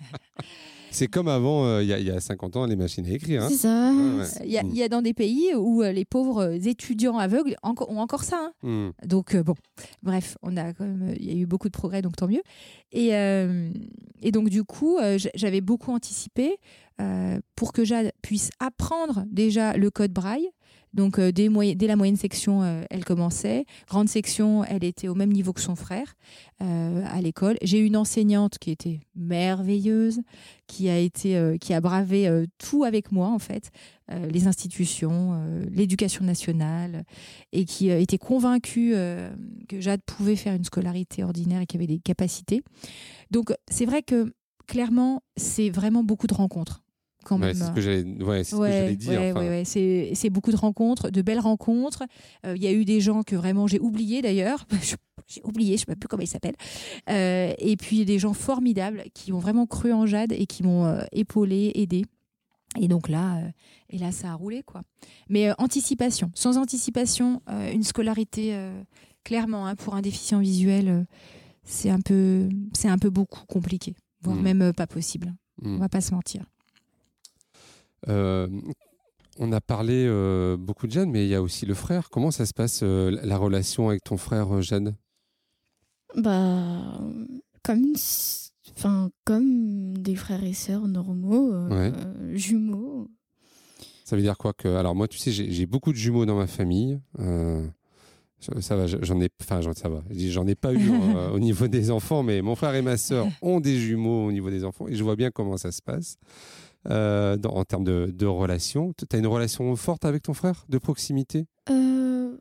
C'est comme avant, il euh, y, y a cinquante ans, les machines à écrire. Hein. C'est ça. Il ouais, ouais. y, a, y a dans des pays où euh, les pauvres étudiants aveugles enco- ont encore ça. Hein. Mm. Donc, euh, bon, bref, on a quand même, il y a eu beaucoup de progrès, donc tant mieux. Et, euh, et donc, du coup, euh, j'avais beaucoup anticipé euh, pour que Jade puisse apprendre déjà le code braille. Donc, euh, dès, moy- dès la moyenne section, euh, elle commençait. Grande section, elle était au même niveau que son frère euh, à l'école. J'ai eu une enseignante qui était merveilleuse, qui a, été, euh, qui a bravé euh, tout avec moi, en fait, euh, les institutions, euh, l'éducation nationale, et qui euh, était convaincue euh, que Jade pouvait faire une scolarité ordinaire et qu'il y avait des capacités. Donc, c'est vrai que, clairement, c'est vraiment beaucoup de rencontres. Quand ouais, même. C'est ce que j'allais, ouais, c'est ouais, ce que j'allais dire. Ouais, enfin. ouais, ouais. C'est, c'est beaucoup de rencontres, de belles rencontres. Il euh, y a eu des gens que vraiment j'ai oubliés d'ailleurs. J'ai oublié, je ne sais plus comment ils s'appellent. Euh, et puis des gens formidables qui ont vraiment cru en Jade et qui m'ont euh, épaulée, aidée. Et donc là, euh, et là, ça a roulé, quoi. Mais euh, anticipation. Sans anticipation, euh, une scolarité, euh, clairement, hein, pour un déficient visuel, euh, c'est, un peu, c'est un peu beaucoup compliqué, voire mmh. même euh, pas possible. Mmh. On ne va pas se mentir. Euh, on a parlé euh, beaucoup de Jade, mais il y a aussi le frère. Comment ça se passe, euh, la relation avec ton frère, euh, Jade ? Bah, comme une... enfin, comme des frères et sœurs normaux, euh, Ouais. euh, jumeaux. Ça veut dire quoi que... Alors moi, tu sais, j'ai, j'ai beaucoup de jumeaux dans ma famille. Euh, ça va, j'en ai... Enfin, j'en, ça va. J'en ai pas eu euh, au niveau des enfants, mais mon frère et ma sœur ont des jumeaux au niveau des enfants et je vois bien comment ça se passe euh, dans, en termes de, de relations. Tu as une relation forte avec ton frère, de proximité? Euh,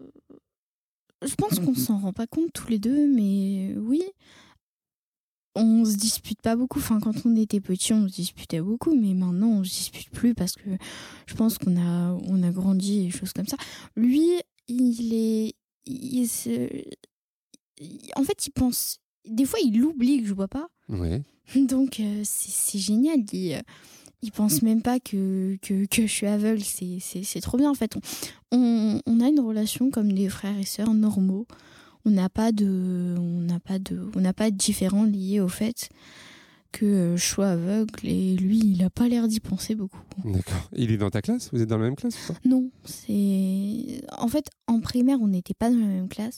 je pense qu'on s'en rend pas compte tous les deux, mais oui. On se dispute pas beaucoup. Enfin, quand on était petits, on se disputait beaucoup, mais maintenant, on se dispute plus parce que je pense qu'on a, on a grandi et choses comme ça. Lui, il est, il se- il- en fait, il pense. Des fois, il oublie que je bois pas. Ouais. Donc, euh, c'est, c'est génial. Il, euh, il pense même pas que, que, que je suis aveugle. C'est, c'est, c'est trop bien, en fait. On, on, on a une relation comme des frères et sœurs normaux. On n'a pas de, on n'a pas de, on n'a pas de différends liés au fait que je sois aveugle et lui, il a pas l'air d'y penser beaucoup. D'accord. Il est dans ta classe? Vous êtes dans la même classe ou pas? Non, c'est, en fait, en primaire, on n'était pas dans la même classe.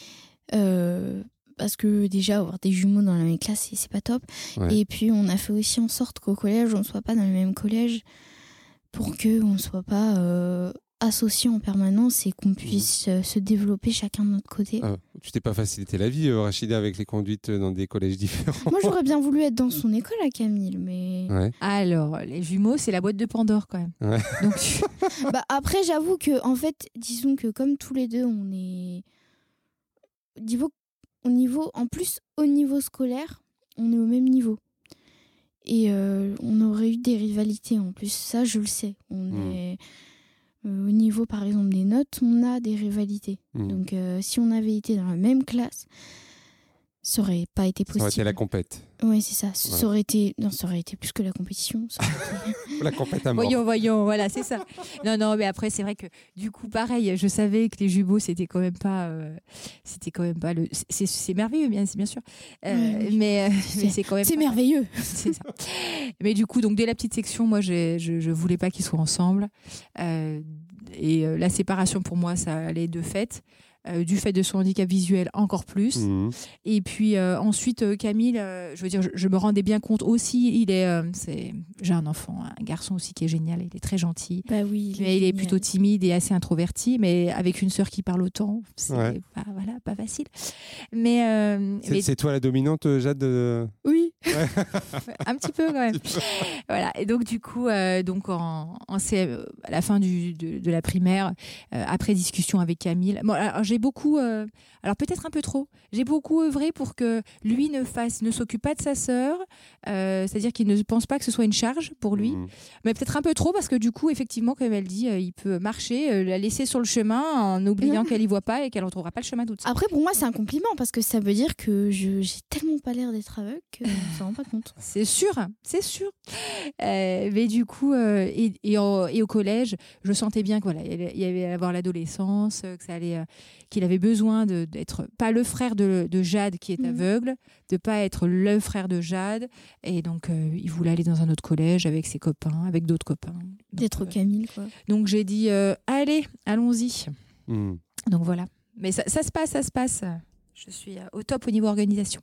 Euh, parce que déjà, avoir des jumeaux dans la même classe, c'est, c'est pas top. Ouais. Et puis, on a fait aussi en sorte qu'au collège, on soit pas dans le même collège pour que on soit pas euh, associés en permanence et qu'on puisse euh, se développer chacun de notre côté. Ah, tu t'es pas facilité la vie, euh, Rachida, avec les conduites dans des collèges différents? Moi, j'aurais bien voulu être dans son école à Camille, mais... Ouais. Alors, les jumeaux, c'est la boîte de Pandore quand même. Ouais. Donc, Bah, après, j'avoue que, en fait, disons que comme tous les deux, on est... Au niveau, au niveau, en plus, au niveau scolaire, on est au même niveau. Et euh, on aurait eu des rivalités en plus. Ça, je le sais. On Mm. est... euh, au niveau, par exemple, des notes, on a des rivalités. Mm. Donc, euh, si on avait été dans la même classe, ça aurait pas été Ça aurait été possible. la compète. Oui, c'est ça. Ça Ouais. aurait été... Non, ça aurait été plus que la compétition. Ça aurait été- La compète à mort. voyons, voyons, voilà, c'est ça. Non, non, mais après, c'est vrai que du coup, pareil, je savais que les jumeaux, c'était quand même pas, euh, c'était quand même pas le, c'est, c'est merveilleux, bien, c'est bien sûr, Euh, Oui, oui. mais, euh, C'est- mais c'est quand même. C'est pas- merveilleux. C'est ça. Mais du coup, donc dès la petite section, moi, j'ai- je, je voulais pas qu'ils soient ensemble, Euh, et euh, la séparation pour moi, ça allait de fait. Euh, du fait de son handicap visuel encore plus. Mhm. Et puis euh, ensuite, euh, Camille, euh, je veux dire, je, je me rendais bien compte aussi, il est, euh, c'est, j'ai un enfant, un garçon aussi qui est génial, il est très gentil. Bah oui. Mais il est génial. plutôt timide et assez introverti, mais avec une sœur qui parle autant, c'est Ouais. pas, voilà, pas facile. Mais, euh, C'est, mais c'est toi la dominante, Jade euh Oui. un petit peu quand même. Voilà. Et donc du coup, euh, donc en, en C M, euh, à la fin du, de, de la primaire, euh, après discussion avec Camille, bon, alors, j'ai beaucoup, euh, alors peut-être un peu trop, j'ai beaucoup œuvré pour que lui ne fasse, ne s'occupe pas de sa sœur, euh, c'est-à-dire qu'il ne pense pas que ce soit une charge pour lui, Mhm. mais peut-être un peu trop parce que du coup, effectivement, comme elle dit, euh, il peut marcher, euh, la laisser sur le chemin en oubliant Non. qu'elle y voit pas et qu'elle ne retrouvera pas le chemin toute seule. Après, pour moi, c'est un compliment parce que ça veut dire que je, j'ai tellement pas l'air d'être aveugle que on s'en rend pas compte. C'est sûr, c'est sûr. Euh, mais du coup, euh, et, et, en- et au collège, je sentais bien que voilà, il y avait à avoir l'adolescence, euh, que ça allait, euh, qu'il avait besoin de, d'être pas le frère de, de Jade qui est Mhm. aveugle, de pas être le frère de Jade, et donc euh, il voulait aller dans un autre collège avec ses copains, avec d'autres copains. Donc, D'être euh, Camille, quoi. donc j'ai dit euh, allez, allons-y. Mhm. Donc voilà. Mais ça, ça se passe, ça se passe. Je suis euh, au top au niveau organisation.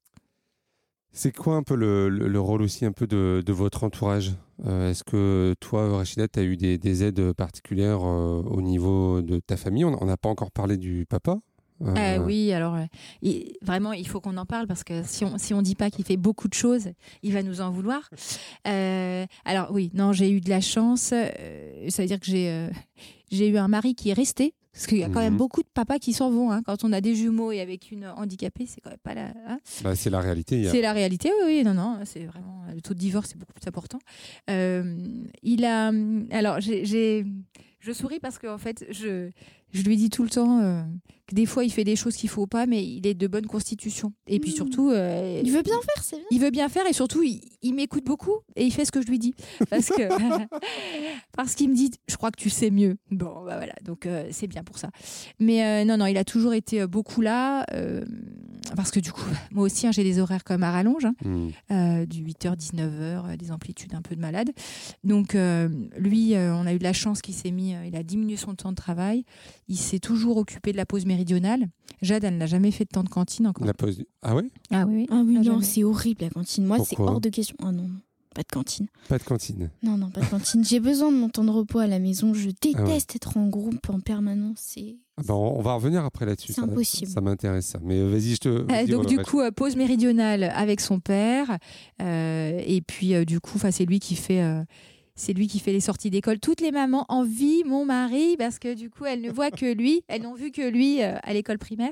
C'est quoi un peu le, le- le rôle aussi un peu de, de votre entourage? Euh, Est-ce que toi, Rachida, tu as eu des, des aides particulières euh, au niveau de ta famille? On n'a pas encore parlé du papa. Euh, Euh, oui, alors euh, il- vraiment, il faut qu'on en parle parce que si on si on dit pas qu'il fait beaucoup de choses, il va nous en vouloir. Euh, alors oui, non, j'ai eu de la chance. euh, ça veut dire que j'ai euh, j'ai eu un mari qui est resté. Parce qu'il y a quand Mhm. même beaucoup de papas qui s'en vont. Hein. Quand on a des jumeaux et avec une handicapée, c'est quand même pas la. Hein. bah, c'est la réalité. il y a- C'est la réalité, oui, oui, non, non, c'est vraiment le taux de divorce, c'est beaucoup plus important. Euh, il a, alors, j'ai, j'ai- je souris parce qu'en fait, je, je lui dis tout le temps euh, que des fois, il fait des choses qu'il faut pas, mais il est de bonne constitution. Et puis Mmh. surtout, euh, Il veut bien faire, c'est bien. il veut bien faire et surtout, il, il m'écoute beaucoup et il fait ce que je lui dis. Parce que parce qu'il me dit, je crois que tu sais mieux. Bon, bah voilà, donc euh, c'est bien pour ça. Mais euh, non, non, il a toujours été euh, beaucoup là. euh, parce que du coup, moi aussi, hein, j'ai des horaires comme à rallonge, hein, Mhm. euh, du huit heures, dix-neuf heures, euh, des amplitudes un peu de malade. Donc euh, lui, euh, on a eu de la chance qu'il s'est mis, euh, il a diminué son temps de travail. Il s'est toujours occupé de la pause méridienne. méridionale. Jade, elle n'a jamais fait de temps de cantine encore. La pause... Ah ouais Ah oui, oui. Ah oui, Ah, non, jamais. c'est horrible la cantine. Moi, Pourquoi c'est hors de question. Ah non, non, pas de cantine. Pas de cantine. Non, non, pas de cantine. J'ai besoin de mon temps de repos à la maison. Je déteste Ah ouais. être en groupe en permanence. C'est... Ah bah, on va revenir après là-dessus. C'est ça, impossible. Ça m'intéresse ça. Mais euh, vas-y, je te... Euh, vas-y, donc ouais, du ouais. coup, euh, pause méridionale avec son père. Euh, et puis euh, du coup, c'est lui qui fait... Euh, C'est lui qui fait les sorties d'école. Toutes les mamans envient mon mari parce que du coup, elles ne voient que lui. Elles n'ont vu que lui euh, à l'école primaire.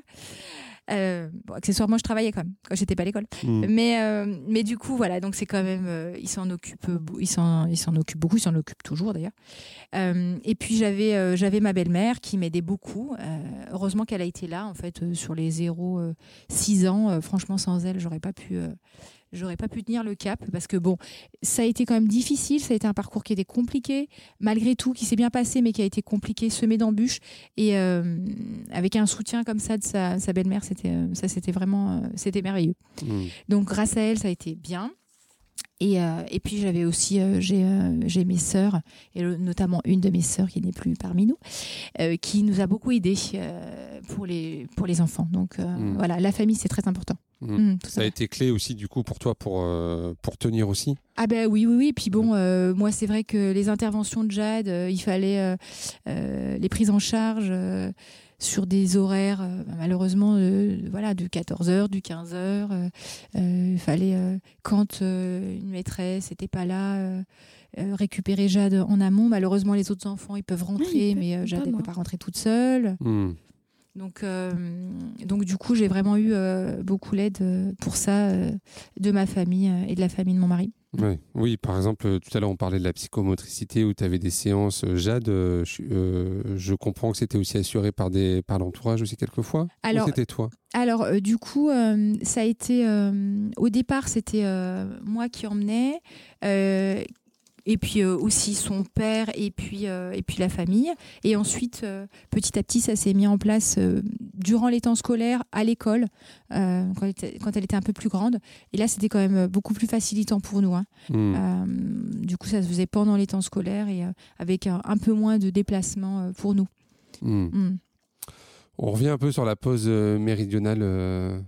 Euh, bon, accessoirement, je travaillais quand même quand j'étais pas à l'école. Mmh. Mais, euh, mais du coup, voilà. Donc c'est quand même, euh, il s'en occupe, il s'en, il s'en occupe beaucoup. Il s'en occupe toujours d'ailleurs. Euh, et puis j'avais, euh, j'avais ma belle-mère qui m'aidait beaucoup. Euh, heureusement qu'elle a été là en fait euh, sur les zéro six ans. Euh, franchement, sans elle, j'aurais pas pu. Euh, J'aurais pas pu tenir le cap parce que bon, ça a été quand même difficile, ça a été un parcours qui était compliqué, malgré tout, qui s'est bien passé, mais qui a été compliqué, semé d'embûches. Et euh, avec un soutien comme ça de sa, sa belle-mère, c'était, euh, ça c'était vraiment, euh, c'était merveilleux. Mmh. Donc grâce à elle, ça a été bien. Et, euh, et puis j'avais aussi euh, j'ai, euh, j'ai mes sœurs, et le, notamment une de mes sœurs qui n'est plus parmi nous, euh, qui nous a beaucoup aidés euh, pour, les, pour les enfants. Donc euh, Mmh. voilà, la famille c'est très important. Mmh. Mmh, tout Ça a à été clé aussi du coup pour toi pour, euh, pour tenir aussi. Ah ben oui, oui, oui. Puis bon, euh, moi c'est vrai que les interventions de Jade, euh, il fallait euh, euh, les prises en charge euh, sur des horaires euh, malheureusement euh, voilà, de quatorze heures, du quinze heures. Euh, euh, il fallait, euh, quand euh, une maîtresse n'était pas là, euh, euh, récupérer Jade en amont. Malheureusement, les autres enfants, ils peuvent rentrer, Oui, ils peuvent, mais euh, pas Jade ne moi. peut pas rentrer toute seule. Mmh. Donc, euh, donc du coup, j'ai vraiment eu euh, beaucoup l'aide euh, pour ça euh, de ma famille euh, et de la famille de mon mari. Ouais. Oui, par exemple, tout à l'heure, on parlait de la psychomotricité où tu avais des séances. euh, Jade, euh, je, euh, je comprends que c'était aussi assuré par, des, par l'entourage aussi quelquefois. Alors, Ou c'était toi? Alors, euh, du coup, euh, ça a été... euh, au départ, c'était euh, moi qui emmenais, euh, et puis euh, aussi son père, et puis, euh, et puis la famille. Et ensuite, euh, petit à petit, ça s'est mis en place euh, durant les temps scolaires, à l'école, euh, quand, elle était, quand elle était un peu plus grande. Et là, c'était quand même beaucoup plus facilitant pour nous. Hein. Mmh. Euh, du coup, ça se faisait pendant les temps scolaires et euh, avec un, un peu moins de déplacement euh, pour nous. Mmh. Mm. On revient un peu sur la pause euh, méridionale. euh,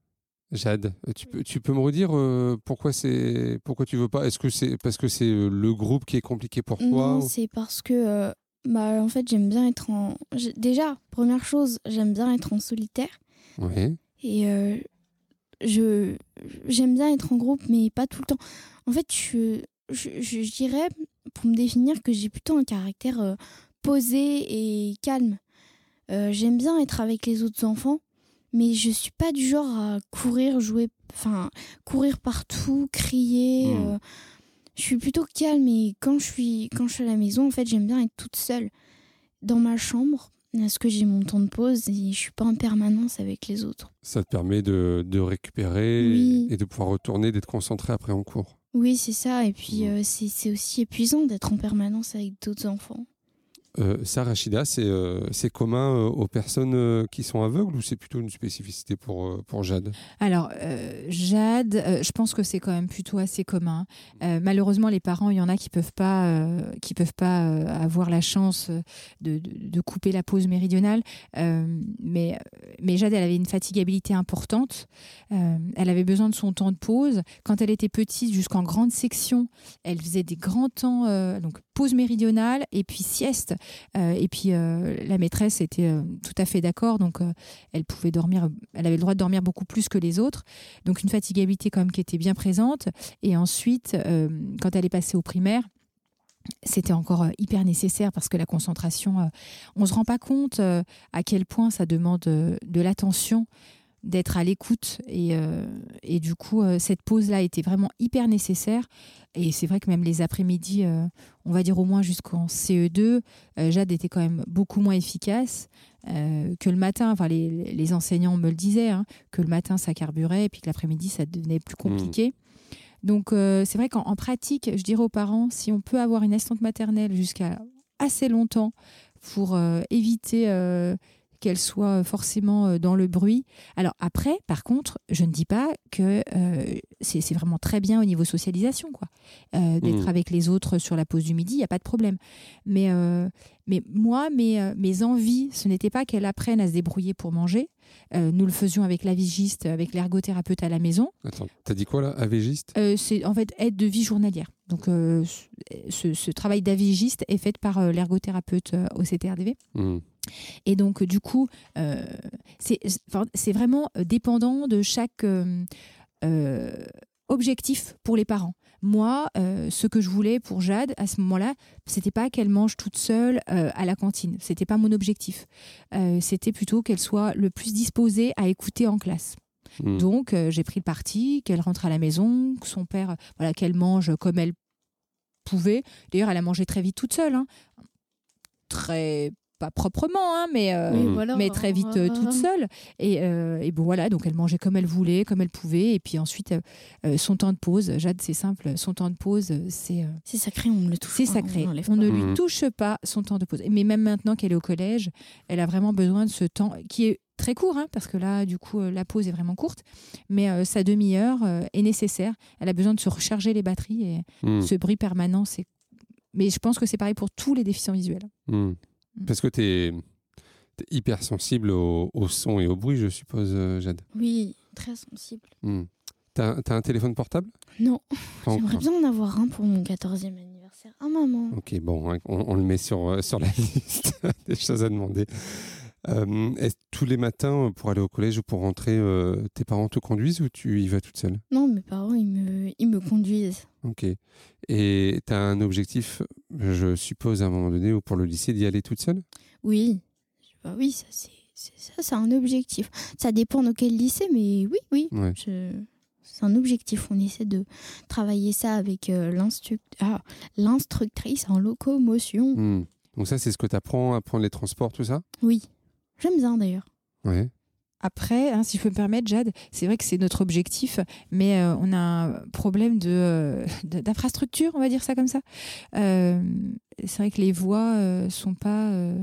Jade, tu peux, tu peux me redire euh, pourquoi c'est pourquoi tu veux pas? Est-ce que c'est parce que c'est euh, le groupe qui est compliqué pour toi? Non, ou- c'est parce que euh, bah, en fait, j'aime bien être en. j'ai- Déjà, première chose, j'aime bien être en solitaire. Ouais. Et euh, je j'aime bien être en groupe, mais pas tout le temps. En fait, je, je, je- je dirais, pour me définir, que j'ai plutôt un caractère euh, posé et calme. Euh, j'aime bien être avec les autres enfants, mais je suis pas du genre à courir, jouer, enfin, courir partout, crier. Mm. euh, je suis plutôt calme et quand je suis, quand je suis à la maison, en fait, j'aime bien être toute seule dans ma chambre. Parce que j'ai mon temps de pause et je suis pas en permanence avec les autres. Ça te permet de, de récupérer Oui. et de pouvoir retourner, d'être concentré après en cours. Oui, c'est ça. Et puis, Mm. euh, c'est c'est aussi épuisant d'être en permanence avec d'autres enfants. Euh, ça, Rachida, c'est euh, c'est commun euh, aux personnes euh, qui sont aveugles ou c'est plutôt une spécificité pour, euh, pour Jade? Alors, euh, Jade, euh, je pense que c'est quand même plutôt assez commun. Euh, malheureusement, les parents, il y en a qui peuvent pas, euh, qui peuvent pas euh, avoir la chance de, de, de couper la pause méridionale. Euh, mais, mais Jade, elle avait une fatigabilité importante. Euh, elle avait besoin de son temps de pause. Quand elle était petite, jusqu'en grande section, elle faisait des grands temps, euh, donc pause méridionale et puis sieste. Euh, et puis euh, la maîtresse était euh, tout à fait d'accord, donc euh, elle pouvait dormir, elle avait le droit de dormir beaucoup plus que les autres, donc une fatigabilité quand même qui était bien présente. Et ensuite, euh, quand elle est passée au primaire, c'était encore euh, hyper nécessaire parce que la concentration, euh, on ne se rend pas compte euh, à quel point ça demande euh, de l'attention, d'être à l'écoute et, euh, et du coup euh, cette pause-là était vraiment hyper nécessaire. Et c'est vrai que même les après-midi, euh, on va dire au moins jusqu'en C E deux, euh, Jade était quand même beaucoup moins efficace euh, que le matin. Enfin, les, les enseignants me le disaient, hein, que le matin ça carburait et puis que l'après-midi ça devenait plus compliqué. Mmh. Donc euh, c'est vrai qu'en en pratique, je dirais aux parents, si on peut avoir une assistante maternelle jusqu'à assez longtemps pour euh, éviter... Euh, qu'elle soit forcément dans le bruit. Alors après, par contre, je ne dis pas que euh, c'est, c'est vraiment très bien au niveau socialisation, quoi. Euh, d'être Mmh. avec les autres sur la pause du midi, il n'y a pas de problème. Mais, euh, mais moi, mes, mes envies, ce n'était pas qu'elle apprenne à se débrouiller pour manger. Euh, nous le faisions avec la vigiste, avec l'ergothérapeute à la maison. Attends, t'as dit quoi là? Avégiste? Euh, c'est en fait aide de vie journalière. Donc euh, ce, ce travail d'avégiste est fait par euh, l'ergothérapeute euh, au C T R D V. Mmh. Et donc du coup, euh, c'est, enfin, c'est vraiment dépendant de chaque euh, euh, objectif pour les parents. Moi, euh, ce que je voulais pour Jade à ce moment-là, c'était pas qu'elle mange toute seule euh, à la cantine. C'était pas mon objectif. Euh, c'était plutôt qu'elle soit le plus disposée à écouter en classe. Mmh. Donc, euh, j'ai pris le parti qu'elle rentre à la maison, que son père, voilà, qu'elle mange comme elle pouvait. D'ailleurs, elle a mangé très vite toute seule, hein. Très pas proprement, hein, mais euh, Oui, Mhm. voilà. mais très vite euh, toute seule. Et, euh, et bon voilà, donc elle mangeait comme elle voulait, comme elle pouvait. Et puis ensuite, euh, euh, son temps de pause, Jade, c'est simple, son temps de pause, euh, c'est euh, C'est sacré, on ne le touche c'est pas, sacré. on n'enlève On pas. ne Mhm. lui touche pas son temps de pause. Mais même maintenant qu'elle est au collège, elle a vraiment besoin de ce temps qui est très court, hein, parce que là, du coup, euh, la pause est vraiment courte. Mais euh, sa demi-heure euh, est nécessaire. Elle a besoin de se recharger les batteries et Mmh. ce bruit permanent, c'est. Mais je pense que c'est pareil pour tous les déficients visuels. Mmh. Parce que t'es es hyper sensible au, au son et au bruit, je suppose, euh, Jade. Oui, très sensible. Mmh. T'as t'as un téléphone portable? Non, Pas j'aimerais encore. bien en avoir un pour mon quatorzième anniversaire. Ah maman. Ok, bon, hein, on, on le met sur, euh, sur la liste des choses à demander. Euh, est-ce tous les matins, euh, pour aller au collège ou pour rentrer, euh, tes parents te conduisent ou tu y vas toute seule? Non, mes parents, ils me, ils me conduisent. Ok. Et tu as un objectif, je suppose, à un moment donné, ou pour le lycée, d'y aller toute seule? Oui, bah oui, ça c'est c'est- ça, c'est un objectif. Ça dépend de quel lycée, mais oui, oui. Ouais. Je- C'est un objectif. On essaie de travailler ça avec euh, l'instru- ah, l'instructrice en locomotion. Hmm. Donc ça, c'est ce que tu apprends à prendre les transports, tout ça? Oui, j'aime bien d'ailleurs. Ouais. Après, hein, si je peux me permettre, Jade, c'est vrai que c'est notre objectif, mais euh, on a un problème de, euh, de- d'infrastructure, on va dire ça comme ça. Euh, c'est vrai que les voies euh, sont pas... euh,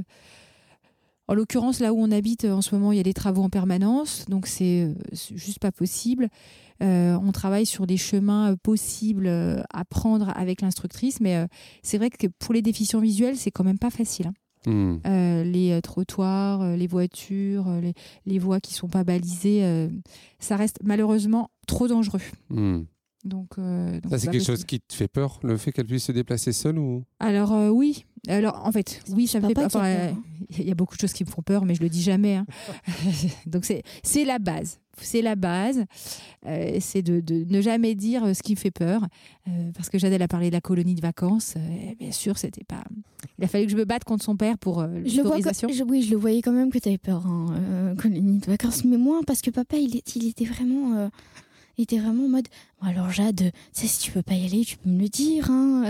En l'occurrence, là où on habite, en ce moment, il y a des travaux en permanence, donc c'est, euh, c'est juste pas possible. Euh, on travaille sur des chemins euh, possibles euh, à prendre avec l'instructrice, mais euh, c'est vrai que pour les déficients visuels, c'est quand même pas facile, hein. Hmm. Euh, les euh, trottoirs, euh, les voitures, euh, les, les voies qui sont pas balisées, euh, ça reste malheureusement trop dangereux. Hmm. Donc, euh, donc Ça, c'est pas quelque possible. chose qui te fait peur, le fait qu'elle puisse se déplacer seule ou... Alors euh, oui, alors en fait, oui, ça me fait papa peur. qui a Enfin, peur, hein. il y a beaucoup de choses qui me font peur, mais je le dis jamais, hein. Donc c'est c'est la base, c'est la base, Euh, c'est de, de ne jamais dire ce qui me fait peur, Euh, parce que Jade elle a parlé de la colonie de vacances. Euh, et bien sûr, c'était pas. Il a fallu que je me batte contre son père pour euh, Je le vois l'autorisation. co- je- oui, je le voyais quand même que tu avais peur, hein, euh, colonie de vacances. Mais moi, parce que papa, il, est- il était vraiment... euh, il était vraiment en mode, bon, alors Jade, tu sais, si tu peux pas y aller, tu peux me le dire, hein.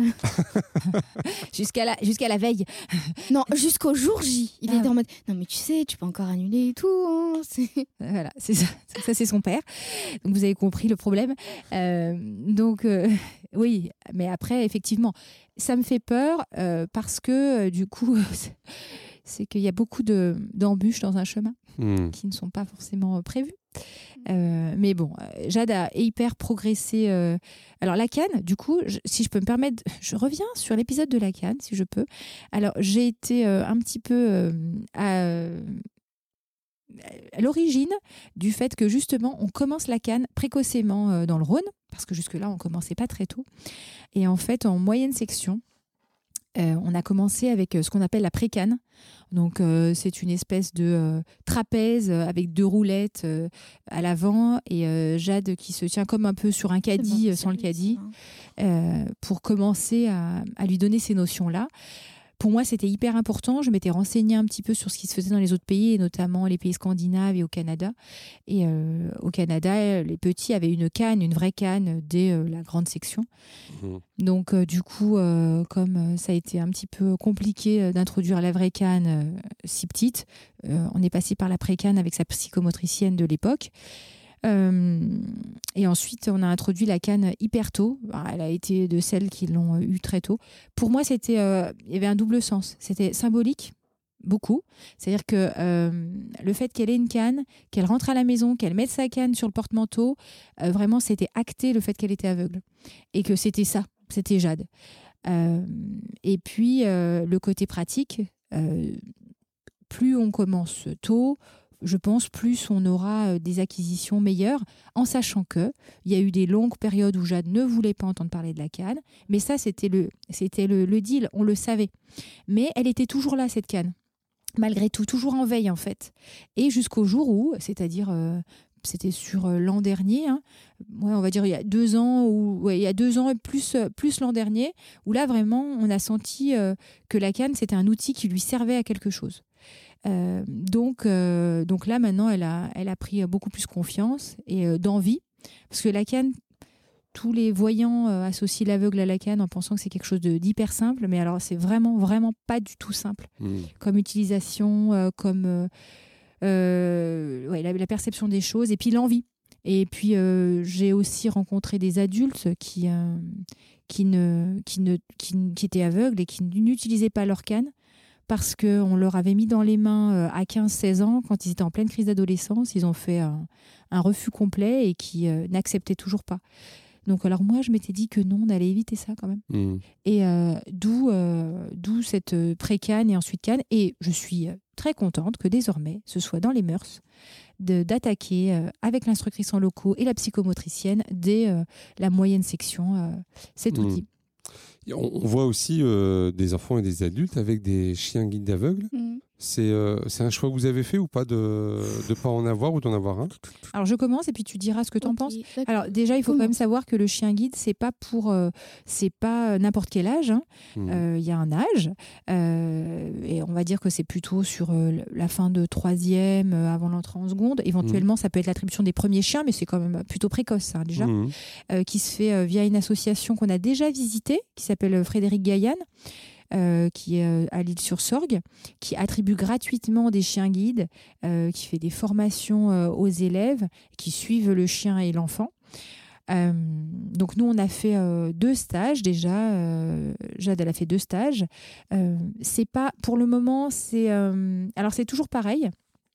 Jusqu'à la jusqu'à la veille. Non, jusqu'au jour J. Il Ah. était en mode, non mais tu sais, tu peux encore annuler et tout, hein. C'est- Voilà, c'est ça. Ça, c'est son père. Donc, vous avez compris le problème. Euh, donc, euh, oui, mais après, effectivement, ça me fait peur euh, parce que, euh, du coup, c'est- c'est qu'il y a beaucoup de, d'embûches dans un chemin Hmm. qui ne sont pas forcément euh, prévues. Euh, mais bon, euh, Jade a hyper progressé. euh. Alors, la canne, du coup, je- si je peux me permettre, je reviens sur l'épisode de la canne, si je peux. Alors, j'ai été euh, un petit peu euh, à à l'origine du fait que justement on commence la canne précocement euh, dans le Rhône, parce que jusque-là on commençait pas très tôt. Et en fait, en moyenne section, euh, on a commencé avec euh, ce qu'on appelle la pré-canne. Donc euh, c'est une espèce de euh, trapèze euh, avec deux roulettes euh, à l'avant et euh, Jade qui se tient comme un peu sur un caddie euh, sans le caddie euh, pour commencer à, à lui donner ces notions-là. Pour moi, c'était hyper important. Je m'étais renseignée un petit peu sur ce qui se faisait dans les autres pays, et notamment les pays scandinaves et au Canada. Et euh, au Canada, les petits avaient une canne, une vraie canne, dès euh, la grande section. Mhm. Donc, euh, du coup, euh, comme euh, ça a été un petit peu compliqué euh, d'introduire la vraie canne euh, si petite, euh, on est passé par la pré-canne avec sa psychomotricienne de l'époque. Euh, et ensuite, on a introduit la canne hyper tôt. Alors, elle a été de celles qui l'ont eu très tôt. Pour moi, c'était, euh, il y avait un double sens. C'était symbolique beaucoup. C'est-à-dire que euh, le fait qu'elle ait une canne, qu'elle rentre à la maison, qu'elle mette sa canne sur le porte-manteau, euh, vraiment, c'était acté le fait qu'elle était aveugle. Et que c'était ça, c'était Jade. Euh, et puis, euh, le côté pratique, euh, plus on commence tôt, je pense, plus on aura des acquisitions meilleures, en sachant qu'il y a eu des longues périodes où Jade ne voulait pas entendre parler de la canne. Mais ça, c'était le, c'était le, le deal, on le savait. Mais elle était toujours là, cette canne, malgré tout, toujours en veille, en fait. Et jusqu'au jour où, c'est-à-dire, euh, c'était sur l'an dernier, hein, ouais, on va dire il y a deux ans, ou ouais, il y a deux ans et plus, plus l'an dernier, où là, vraiment, on a senti euh, que la canne, c'était un outil qui lui servait à quelque chose. Euh, donc, euh, donc là, maintenant, elle a, elle a pris beaucoup plus confiance et euh, d'envie. Parce que la canne, tous les voyants euh, associent l'aveugle à la canne en pensant que c'est quelque chose de, d'hyper simple. Mais alors, c'est vraiment, vraiment pas du tout simple. Mmh. Comme utilisation, euh, comme euh, euh, ouais, la, la perception des choses et puis l'envie. Et puis, euh, j'ai aussi rencontré des adultes qui, euh, qui, ne, qui, ne, qui, qui étaient aveugles et qui n'utilisaient pas leur canne, parce qu'on leur avait mis dans les mains à quinze seize ans, quand ils étaient en pleine crise d'adolescence, ils ont fait un, un refus complet et qui euh, n'acceptaient toujours pas. Donc alors moi, je m'étais dit que non, on allait éviter ça quand même. Mmh. Et euh, d'où, euh, d'où cette pré-canne et ensuite canne. Et je suis très contente que désormais, ce soit dans les mœurs, de, d'attaquer euh, avec l'instructrice en locaux et la psychomotricienne dès euh, la moyenne section euh, cet outil. Mmh. On voit aussi euh, des enfants et des adultes avec des chiens guides aveugles. Mmh. C'est, euh, c'est un choix que vous avez fait ou pas de ne pas en avoir ou d'en avoir un ? Alors je commence et puis tu diras ce que tu en okay, penses. D'accord. Alors déjà, il faut Comment quand même savoir que le chien guide, c'est pas pour, euh, c'est pas n'importe quel âge. Il hein. mmh. euh, y a un âge euh, et on va dire que c'est plutôt sur euh, la fin de troisième, euh, avant l'entrée en seconde. Éventuellement, mmh. ça peut être l'attribution des premiers chiens, mais c'est quand même plutôt précoce hein, déjà, mmh. euh, qui se fait euh, via une association qu'on a déjà visitée, qui s'appelle Frédéric Gaillan. Euh, qui est euh, à l'Île-sur-Sorgue, qui attribue gratuitement des chiens guides, euh, qui fait des formations euh, aux élèves, qui suivent le chien et l'enfant. Euh, donc nous, on a fait euh, deux stages déjà. Euh, Jade, elle a fait deux stages. Euh, c'est pas, pour le moment, c'est... Euh, alors, c'est toujours pareil.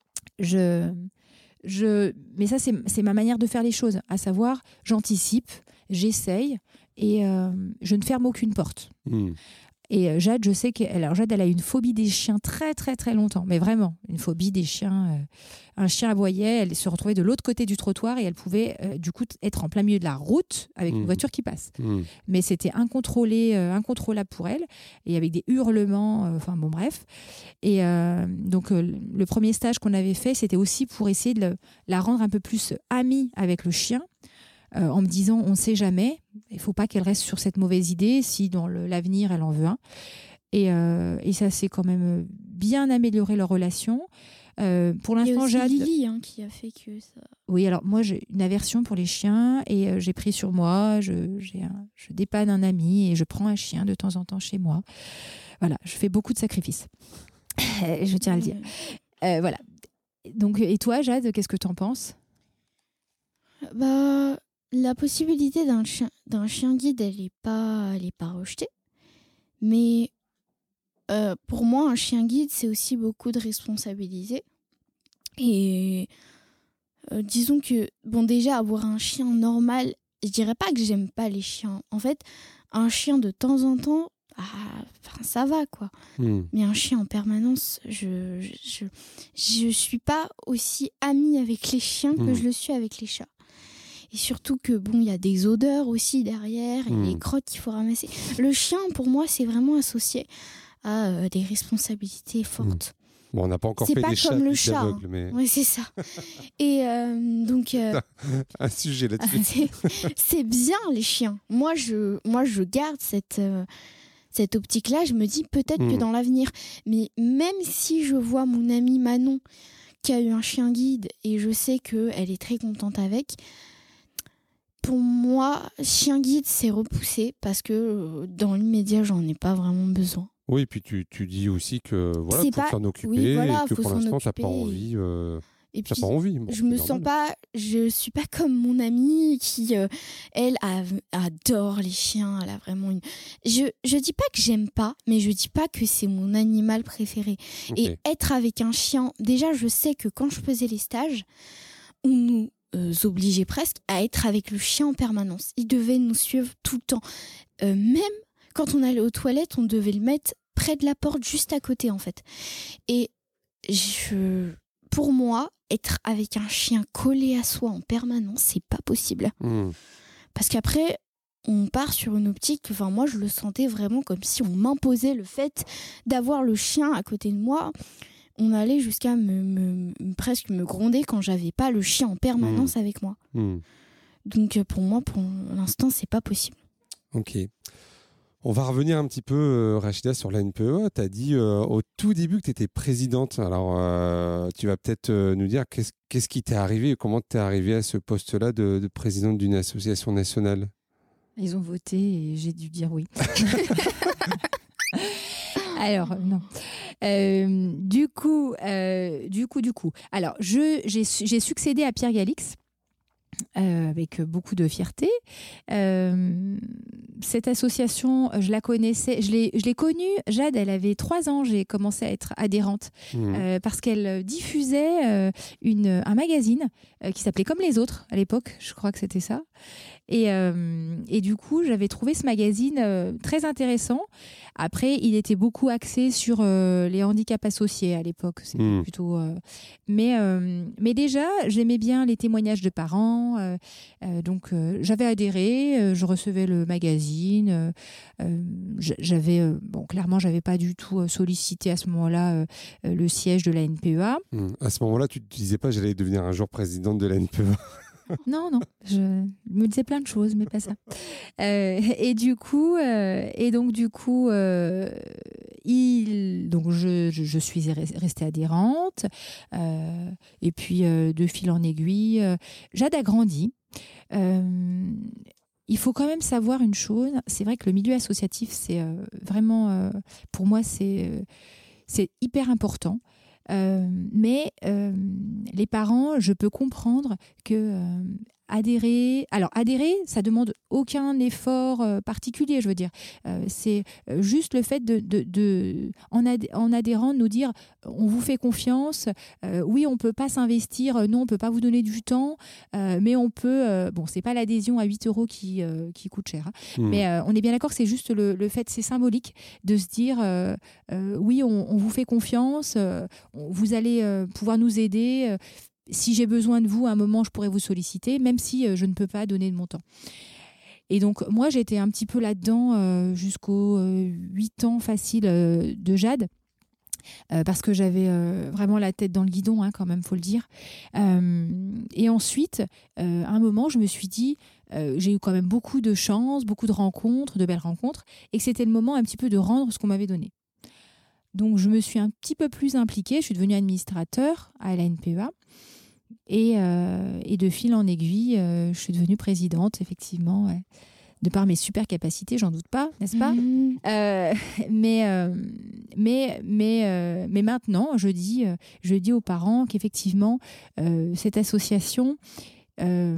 Je... Je, mais ça, c'est, c'est ma manière de faire les choses, à savoir, j'anticipe, j'essaye et euh, je ne ferme aucune porte. Mmh. Et Jade, je sais qu'elle alors Jade, elle a une phobie des chiens très, très, très longtemps. Mais vraiment, une phobie des chiens. Euh, un chien aboyait, elle se retrouvait de l'autre côté du trottoir et elle pouvait, euh, du coup, être en plein milieu de la route avec mmh. une voiture qui passe. Mmh. Mais c'était incontrôlé, euh, incontrôlable pour elle. Et avec des hurlements, euh, enfin bon, bref. Et euh, donc, euh, le premier stage qu'on avait fait, c'était aussi pour essayer de le, la rendre un peu plus amie avec le chien. Euh, en me disant, on ne sait jamais, il ne faut pas qu'elle reste sur cette mauvaise idée si dans le, l'avenir, elle en veut un. Et, euh, et ça s'est quand même bien amélioré leur relation. Euh, pour l'instant, il y a aussi Jade... Lily hein, qui a fait que ça... Oui, alors moi, j'ai une aversion pour les chiens et euh, j'ai pris sur moi, je, j'ai un, je dépanne un ami et je prends un chien de temps en temps chez moi. Voilà, je fais beaucoup de sacrifices. Je tiens à le dire. Euh, voilà. Donc, et toi, Jade, qu'est-ce que tu en penses ? Bah... La possibilité d'un chien, d'un chien guide, elle n'est pas, elle est pas rejetée. Mais euh, pour moi, un chien guide, c'est aussi beaucoup de responsabilités. Et euh, disons que, bon, déjà, avoir un chien normal, je dirais pas que j'aime pas les chiens. En fait, un chien de temps en temps, ah, ça va, quoi. Mmh. Mais un chien en permanence, je, je, je, je suis pas aussi amie avec les chiens mmh. que je le suis avec les chats. Et surtout que, bon, il y a des odeurs aussi derrière, et mmh. les crottes qu'il faut ramasser. Le chien, pour moi, c'est vraiment associé à euh, des responsabilités fortes. Mmh. Bon, on n'a pas encore c'est fait pas des chats comme le chat, aveugles, mais... hein. Oui, c'est ça. Et euh, donc... Euh... Un sujet là-dessus. c'est, c'est bien, les chiens. Moi, je, moi, je garde cette... Euh... cette optique-là, je me dis peut-être mmh. que dans l'avenir. Mais même si je vois mon amie Manon qui a eu un chien guide et je sais qu'elle est très contente avec, pour moi, chien guide, c'est repoussé parce que dans l'immédiat, j'en ai pas vraiment besoin. Oui, et puis tu, tu dis aussi que voilà, faut pas... s'en occuper oui, voilà, et que pour l'instant, tu n'as pas envie... Euh... Et puis, t'as pas envie. Bon, je me normal. sens pas, je suis pas comme mon amie qui, euh, elle, a, adore les chiens. Elle a vraiment une. Je, je dis pas que j'aime pas, mais je dis pas que c'est mon animal préféré. Okay. Et être avec un chien, déjà, je sais que quand je faisais les stages, on nous euh, obligeait presque à être avec le chien en permanence. Il devait nous suivre tout le temps. Euh, même quand on allait aux toilettes, on devait le mettre près de la porte, juste à côté, en fait. Et je, pour moi, être avec un chien collé à soi en permanence, c'est pas possible. Mmh. Parce qu'après, on part sur une optique, enfin moi je le sentais vraiment comme si on m'imposait le fait d'avoir le chien à côté de moi. On allait jusqu'à me, me, presque me gronder quand j'avais pas le chien en permanence mmh. avec moi. Mmh. Donc pour moi, pour l'instant, c'est pas possible. Ok. On va revenir un petit peu, euh, Rachida, sur l'A N P E A. Tu as dit euh, au tout début que tu étais présidente. Alors, euh, tu vas peut-être euh, nous dire qu'est-ce, qu'est-ce qui t'est arrivé et comment tu es arrivée à ce poste-là de, de présidente d'une association nationale. Ils ont voté et j'ai dû dire oui. Alors, non. Euh, du coup, euh, du coup, du coup. Alors, je, j'ai, j'ai succédé à Pierre Galix. Euh, avec beaucoup de fierté. Euh, cette association, je la connaissais, je l'ai, je l'ai connue, Jade, elle avait trois ans, j'ai commencé à être adhérente mmh. euh, parce qu'elle diffusait euh, une, un magazine euh, qui s'appelait Comme les autres à l'époque, je crois que c'était ça. Et, euh, et du coup, j'avais trouvé ce magazine euh, très intéressant. Après, il était beaucoup axé sur euh, les handicaps associés à l'époque. C'était mmh. plutôt. Euh... Mais, euh, mais déjà, j'aimais bien les témoignages de parents. Euh, euh, donc, euh, j'avais adhéré. Euh, je recevais le magazine. Euh, j'avais, euh, bon, clairement, j'avais pas du tout sollicité à ce moment-là euh, le siège de l'A N P E A. Mmh. À ce moment-là, tu ne te disais pas j'allais devenir un jour présidente de l'A N P E A. Non, non, je me disais plein de choses, mais pas ça. Euh, et du coup, euh, et donc du coup, euh, il, donc je, je, je suis restée adhérente. Euh, et puis euh, de fil en aiguille, euh, Jade a grandi. Euh, il faut quand même savoir une chose. C'est vrai que le milieu associatif, c'est euh, vraiment, euh, pour moi, c'est euh, c'est hyper important. Euh, mais euh, les parents, je peux comprendre que euh, adhérer, alors adhérer, ça demande aucun effort euh, particulier, je veux dire. Euh, c'est juste le fait de, de, de en, ad, en adhérant, de nous dire, on vous fait confiance. Euh, oui, on peut pas s'investir, non, on peut pas vous donner du temps, euh, mais on peut. Euh, bon, c'est pas l'adhésion à huit euros qui euh, qui coûte cher, hein, mmh. mais euh, on est bien d'accord, c'est juste le, le fait, c'est symbolique de se dire, euh, euh, oui, on, on vous fait confiance. Euh, vous allez euh, pouvoir nous aider. Euh, si j'ai besoin de vous, à un moment, je pourrais vous solliciter, même si euh, je ne peux pas donner de mon temps. Et donc, moi, j'étais un petit peu là-dedans euh, jusqu'aux euh, huit ans facile euh, de Jade. Euh, parce que j'avais euh, vraiment la tête dans le guidon, hein, quand même, faut le dire. Euh, et ensuite, euh, à un moment, je me suis dit, euh, j'ai eu quand même beaucoup de chance, beaucoup de rencontres, de belles rencontres, et que c'était le moment un petit peu de rendre ce qu'on m'avait donné. Donc, je me suis un petit peu plus impliquée. Je suis devenue administrateur à l'A N P E A. Et, euh, et de fil en aiguille, euh, je suis devenue présidente, effectivement, ouais. De par mes super capacités, j'en doute pas, n'est-ce pas ? mmh. euh, mais, euh, mais, mais, euh, mais maintenant, je dis, je dis aux parents qu'effectivement, euh, cette association... Euh,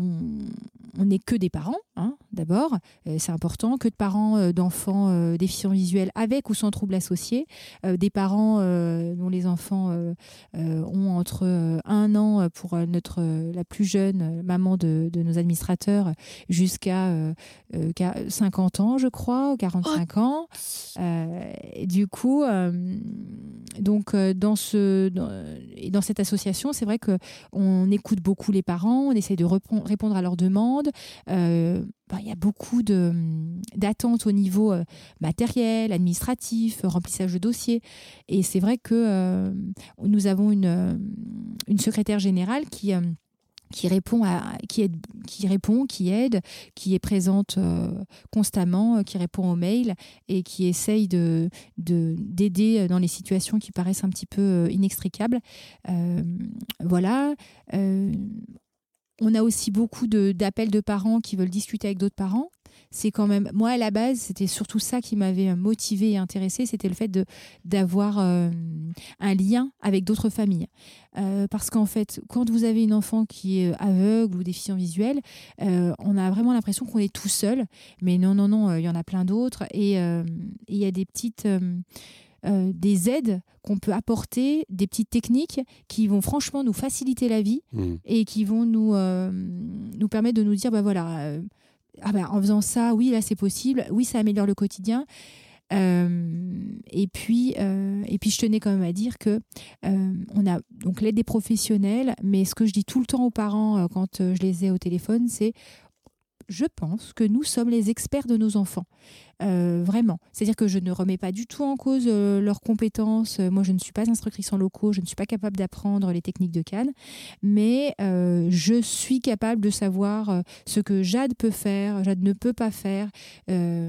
on n'est que des parents, hein, d'abord. Euh, c'est important, que de parents euh, d'enfants euh, déficients visuels avec ou sans troubles associés, euh, des parents euh, dont les enfants euh, euh, ont entre euh, un an pour euh, notre euh, la plus jeune euh, maman de, de nos administrateurs jusqu'à euh, euh, cinquante ans, je crois, ou quarante-cinq oh. ans. Euh, et du coup, euh, donc euh, dans ce dans, et dans cette association, c'est vrai que on écoute beaucoup les parents. On essaie de répondre à leurs demandes. Euh, ben, y a beaucoup de, d'attentes au niveau euh, matériel, administratif, remplissage de dossiers. Et c'est vrai que euh, nous avons une, une secrétaire générale qui... Euh, qui répond, à, qui, aide, qui répond, qui aide, qui est présente euh, constamment, euh, qui répond aux mails et qui essaye de, de, d'aider dans les situations qui paraissent un petit peu euh, inextricables. Euh, voilà. Euh, on a aussi beaucoup de, d'appels de parents qui veulent discuter avec d'autres parents. C'est quand même, moi à la base, c'était surtout ça qui m'avait motivée et intéressée, c'était le fait de, d'avoir euh, un lien avec d'autres familles. Euh, parce qu'en fait, quand vous avez une enfant qui est aveugle ou déficient visuel, euh, on a vraiment l'impression qu'on est tout seul. Mais non, non, non, il euh, y en a plein d'autres. Et il euh, y a des petites... Euh, Euh, des aides qu'on peut apporter, des petites techniques qui vont franchement nous faciliter la vie mmh. et qui vont nous, euh, nous permettre de nous dire, bah voilà, euh, ah bah, en faisant ça, oui, là c'est possible, oui, ça améliore le quotidien. Euh, et, puis, euh, et puis je tenais quand même à dire que euh, on a donc l'aide des professionnels, mais ce que je dis tout le temps aux parents euh, quand euh, je les ai au téléphone, c'est je pense que nous sommes les experts de nos enfants. Euh, vraiment. C'est-à-dire que je ne remets pas du tout en cause euh, leurs compétences. Moi, je ne suis pas instructrice en locaux, je ne suis pas capable d'apprendre les techniques de Cannes, mais euh, je suis capable de savoir euh, ce que Jade peut faire, Jade ne peut pas faire. Euh,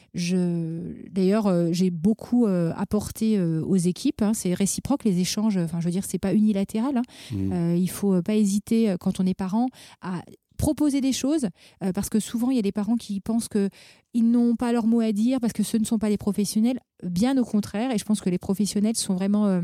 je... D'ailleurs, euh, j'ai beaucoup euh, apporté euh, aux équipes. Hein. C'est réciproque, les échanges. Enfin, je veux dire, c'est pas unilatéral. Hein. Mmh. Euh, il faut pas hésiter, quand on est parent, à proposer des choses, euh, parce que souvent il y a des parents qui pensent qu'ils n'ont pas leur mot à dire parce que ce ne sont pas des professionnels, bien au contraire, et je pense que les professionnels sont vraiment euh,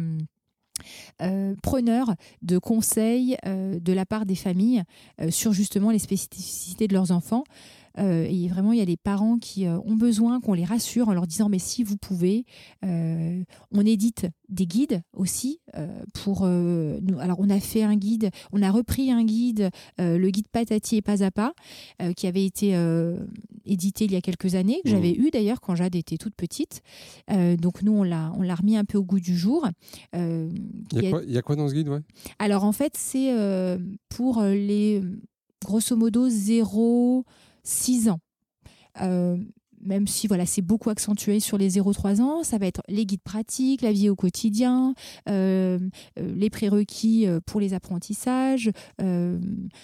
euh, preneurs de conseils euh, de la part des familles euh, sur justement les spécificités de leurs enfants. Euh, et vraiment, il y a des parents qui euh, ont besoin qu'on les rassure en leur disant mais si vous pouvez. Euh, on édite des guides aussi euh, pour euh, nous. Alors on a fait un guide, on a repris un guide, euh, le guide Patati et Pas à Pas, euh, qui avait été euh, édité il y a quelques années, que mmh. j'avais eu d'ailleurs quand Jade était toute petite. Euh, donc nous on l'a on l'a remis un peu au goût du jour. Euh, il y a, a... Quoi, il y a quoi dans ce guide, ouais. Alors en fait c'est euh, pour les grosso modo zéro six ans. Euh, même si voilà, c'est beaucoup accentué sur les zéro trois ans, ça va être les guides pratiques, la vie au quotidien, euh, euh, les prérequis pour les apprentissages. Euh,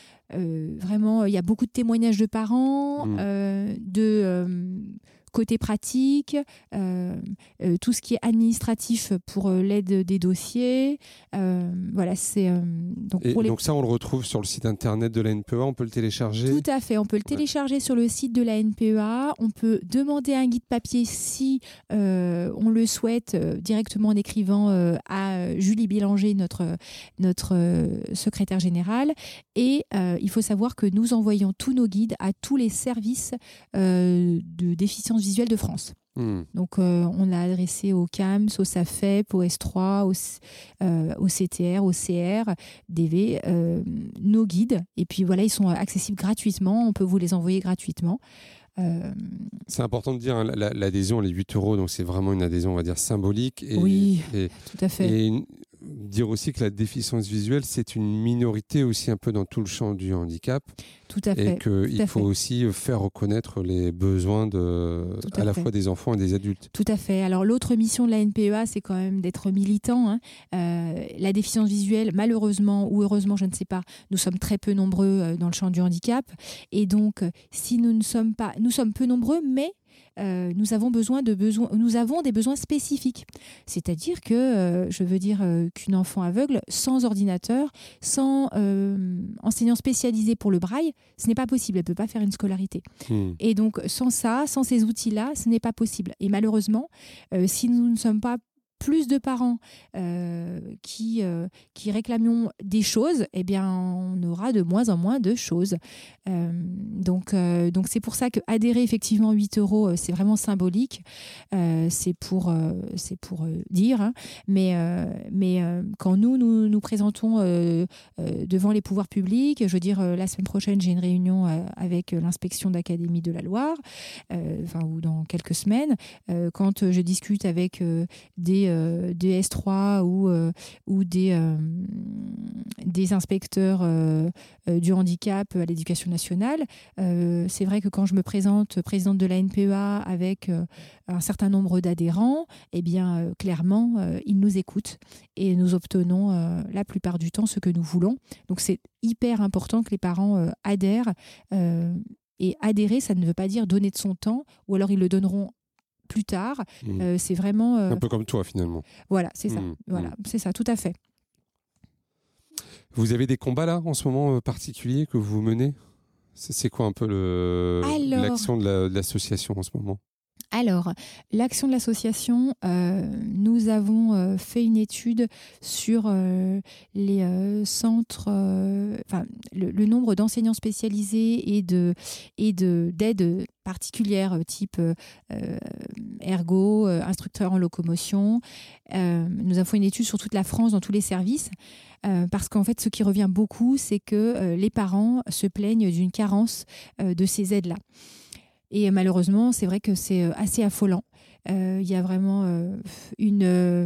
euh, vraiment, il y a beaucoup de témoignages de parents, mmh. euh, de euh, côté pratique, euh, euh, tout ce qui est administratif pour euh, l'aide des dossiers. Euh, voilà, c'est euh, donc, Et pour les... donc ça, on le retrouve sur le site internet de la N P E A. On peut le télécharger. Tout à fait, on peut le télécharger ouais. sur le site de la N P E A. On peut demander un guide papier si euh, on le souhaite euh, directement en écrivant euh, à Julie Bélanger, notre notre euh, secrétaire générale. Et euh, il faut savoir que nous envoyons tous nos guides à tous les services euh, de déficience visuelle de France. Mmh. Donc, euh, on l'a adressé au C A M S, au S A F E P, au S trois, au, euh, au C T R, au C R, D V, euh, nos guides. Et puis voilà, ils sont accessibles gratuitement. On peut vous les envoyer gratuitement. Euh... C'est important de dire, hein, l'adhésion, elle est huit euros, donc c'est vraiment une adhésion, on va dire, symbolique. Et, oui, et, tout à fait. Et une, dire aussi que la déficience visuelle, c'est une minorité aussi un peu dans tout le champ du handicap. Tout à fait. Et qu'il faut fait. aussi faire reconnaître les besoins de, à, à la fait. fois des enfants et des adultes. Tout à fait. Alors l'autre mission de la N P E A, c'est quand même d'être militant. Hein. Euh, la déficience visuelle, malheureusement ou heureusement, je ne sais pas, nous sommes très peu nombreux dans le champ du handicap. Et donc, si nous ne sommes pas... Nous sommes peu nombreux, mais... Euh, nous avons besoin de besoins, nous avons des besoins spécifiques. C'est-à-dire que, euh, je veux dire euh, qu'une enfant aveugle, sans ordinateur, sans euh, enseignant spécialisé pour le braille, ce n'est pas possible. Elle ne peut pas faire une scolarité. Mmh. Et donc, sans ça, sans ces outils-là, ce n'est pas possible. Et malheureusement, euh, si nous ne sommes pas plus de parents euh, qui, euh, qui réclamions des choses, eh bien, on aura de moins en moins de choses. Euh, donc, euh, donc, c'est pour ça qu'adhérer effectivement huit euros, c'est vraiment symbolique. Euh, c'est pour, euh, c'est pour euh, dire. Hein. Mais, euh, mais euh, quand nous, nous nous présentons euh, euh, devant les pouvoirs publics, je veux dire, euh, la semaine prochaine, j'ai une réunion euh, avec l'inspection d'Académie de la Loire, euh, enfin, ou dans quelques semaines, euh, quand je discute avec euh, des Euh, des S trois ou, euh, ou des, euh, des inspecteurs euh, euh, du handicap à l'éducation nationale. Euh, c'est vrai que quand je me présente présidente de la N P E A avec euh, un certain nombre d'adhérents, eh bien, euh, clairement, euh, ils nous écoutent et nous obtenons euh, la plupart du temps ce que nous voulons. Donc, c'est hyper important que les parents euh, adhèrent. Euh, et adhérer, ça ne veut pas dire donner de son temps, ou alors ils le donneront plus tard. Mmh. Euh, c'est vraiment... Euh... Un peu comme toi, finalement. Voilà, c'est ça. Mmh. Voilà, mmh. c'est ça, tout à fait. Vous avez des combats là en ce moment euh, particuliers que vous menez ? c'est, c'est quoi un peu le, Alors... l'action de, la, de l'association en ce moment ? Alors, l'action de l'association, euh, nous avons euh, fait une étude sur euh, les euh, centres, euh, enfin, le, le nombre d'enseignants spécialisés et, de, et de, d'aides particulières, type euh, ergo, euh, instructeur en locomotion. Euh, nous avons fait une étude sur toute la France, dans tous les services. Euh, parce qu'en fait, ce qui revient beaucoup, c'est que euh, les parents se plaignent d'une carence euh, de ces aides-là. Et malheureusement, c'est vrai que c'est assez affolant. Il euh, y a vraiment euh, une... Euh,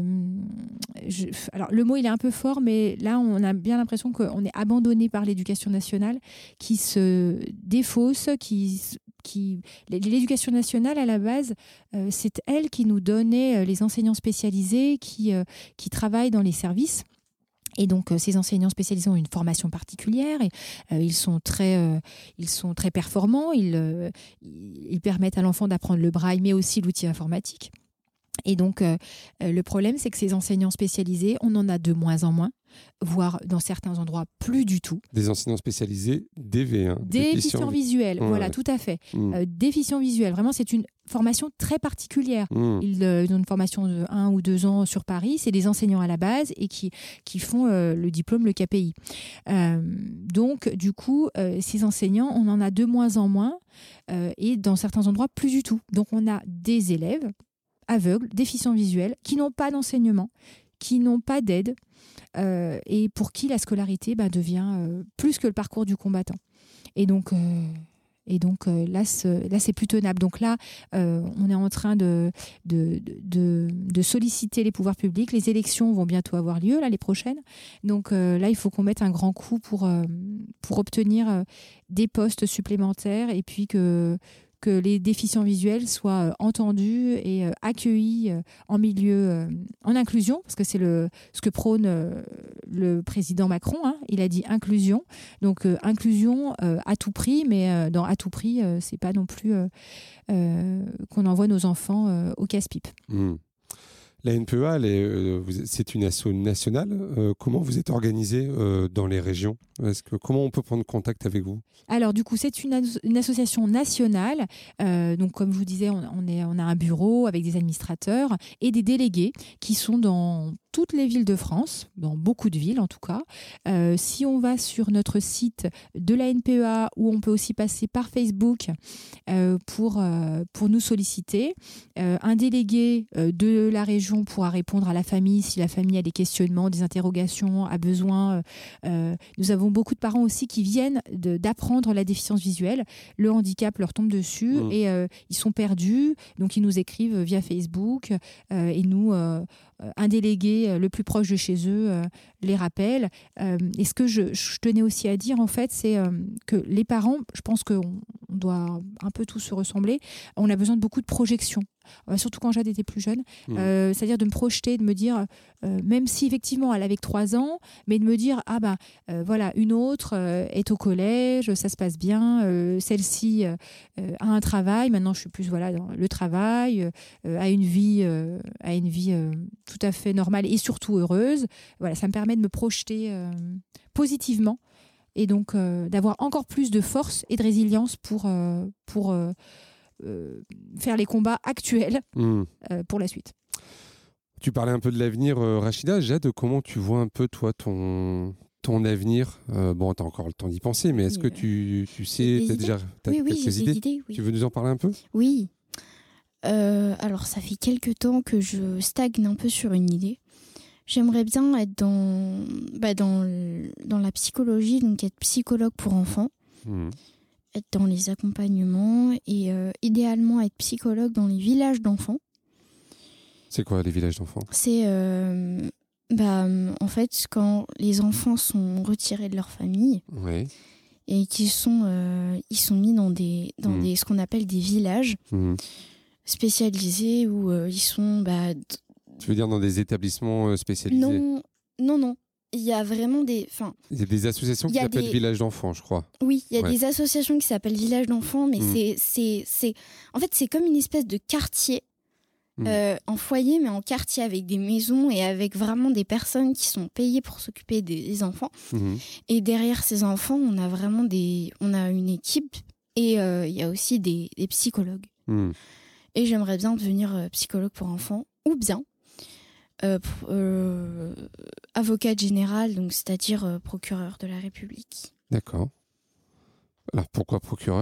je, alors, le mot, il est un peu fort, mais là, on a bien l'impression qu'on est abandonné par l'éducation nationale qui se défausse, qui... qui l'éducation nationale, à la base, euh, c'est elle qui nous donnait les enseignants spécialisés qui, euh, qui travaillent dans les services. Et donc, euh, ces enseignants spécialisés ont une formation particulière et euh, ils sont très, euh, ils sont très performants. Ils, euh, ils permettent à l'enfant d'apprendre le braille, mais aussi l'outil informatique. Et donc, euh, le problème, c'est que ces enseignants spécialisés, on en a de moins en moins, voire dans certains endroits plus du tout. Des enseignants spécialisés D V, hein, déficients visuels, ouais, voilà, ouais. Tout à fait. Mmh. Euh, déficients visuels, vraiment, c'est une formation très particulière. Mmh. Ils, euh, ils ont une formation de un ou deux ans sur Paris. C'est des enseignants à la base et qui, qui font euh, le diplôme, le K P I. Euh, donc, du coup, euh, ces enseignants, on en a de moins en moins euh, et dans certains endroits, plus du tout. Donc, on a des élèves aveugles, déficients visuels, qui n'ont pas d'enseignement, qui n'ont pas d'aide, euh, et pour qui la scolarité bah, devient euh, plus que le parcours du combattant. Et donc, euh, et donc euh, là, ce, là, c'est plus tenable. Donc là, euh, on est en train de, de, de, de solliciter les pouvoirs publics. Les élections vont bientôt avoir lieu, là, les prochaines. Donc euh, là, il faut qu'on mette un grand coup pour, euh, pour obtenir euh, des postes supplémentaires et puis que... que les déficients visuels soient entendus et accueillis en milieu, en inclusion, parce que c'est le, ce que prône le président Macron, hein, il a dit inclusion. Donc euh, inclusion euh, à tout prix, mais euh, dans à tout prix, euh, c'est pas non plus euh, euh, qu'on envoie nos enfants euh, au casse-pipe. Mmh. La N P E A, elle est, euh, c'est une asso nationale. Euh, comment vous êtes organisé euh, dans les régions ? Est-ce que, comment on peut prendre contact avec vous ? Alors du coup, c'est une, as- une association nationale. Euh, donc comme je vous disais, on, on, est, on a un bureau avec des administrateurs et des délégués qui sont dans toutes les villes de France, dans beaucoup de villes en tout cas. Euh, si on va sur notre site de la N P E A, où on peut aussi passer par Facebook euh, pour, euh, pour nous solliciter, euh, un délégué euh, de la région pourra répondre à la famille si la famille a des questionnements, des interrogations, a besoin. Euh, nous avons beaucoup de parents aussi qui viennent de, d'apprendre la déficience visuelle. Le handicap leur tombe dessus mmh. et euh, ils sont perdus. Donc, ils nous écrivent via Facebook euh, et nous, euh, un délégué le plus proche de chez eux euh, les rappelle. Euh, et ce que je, je tenais aussi à dire, en fait, c'est euh, que les parents, je pense qu'on on doit un peu tous se ressembler, on a besoin de beaucoup de projection. Euh, surtout quand Jade était plus jeune, mmh. euh, c'est-à-dire de me projeter, de me dire, euh, même si effectivement elle avait que trois ans, mais de me dire, ah ben euh, voilà, une autre euh, est au collège, ça se passe bien, euh, celle-ci euh, a un travail, maintenant je suis plus voilà, dans le travail, euh, a une vie, euh, a une vie euh, tout à fait normale et surtout heureuse. Voilà, ça me permet de me projeter euh, positivement et donc euh, d'avoir encore plus de force et de résilience pour... Euh, pour euh, Euh, faire les combats actuels mmh. euh, pour la suite. Tu parlais un peu de l'avenir, euh, Rachida. Jade, comment tu vois un peu, toi, ton, ton avenir euh, Bon, tu as encore le temps d'y penser, mais est-ce oui, que tu, tu sais, tu as déjà t'as oui, oui, quelques idées, idées oui. Tu veux nous en parler un peu ? Oui. Euh, alors, ça fait quelques temps que je stagne un peu sur une idée. J'aimerais bien être dans, bah, dans, le, dans la psychologie, donc être psychologue pour enfants. Mmh. Être dans les accompagnements et euh, idéalement être psychologue dans les villages d'enfants. C'est quoi les villages d'enfants ? C'est euh, bah, en fait quand les enfants sont retirés de leur famille ouais. et qu'ils sont, euh, ils sont mis dans, des, dans mmh. des, ce qu'on appelle des villages mmh. spécialisés où euh, ils sont... Bah, d- tu veux dire dans des établissements spécialisés ? Non, non, non. Il y a vraiment des... Enfin, il y a des associations qui s'appellent des... Village d'enfants, je crois. Oui, il y a ouais. des associations qui s'appellent Village d'enfants, mais mmh. c'est, c'est, c'est... En fait, c'est comme une espèce de quartier Mmh. Euh, en foyer, mais en quartier, avec des maisons et avec vraiment des personnes qui sont payées pour s'occuper des, des enfants. Mmh. Et derrière ces enfants, on a vraiment des, on a une équipe et il euh, y a aussi des, des psychologues. Mmh. Et j'aimerais bien devenir euh, psychologue pour enfants ou bien euh, pour, euh, avocate générale, donc c'est-à-dire euh, procureur de la République. D'accord. Alors pourquoi procureur ?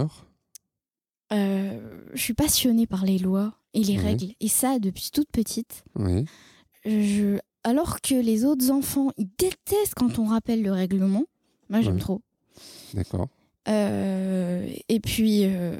Euh, je suis passionnée par les lois et les Oui. règles, et ça depuis toute petite. Oui. Je... Alors que les autres enfants, ils détestent quand on rappelle le règlement. Moi, j'aime Oui. trop. D'accord. Euh, et puis, euh,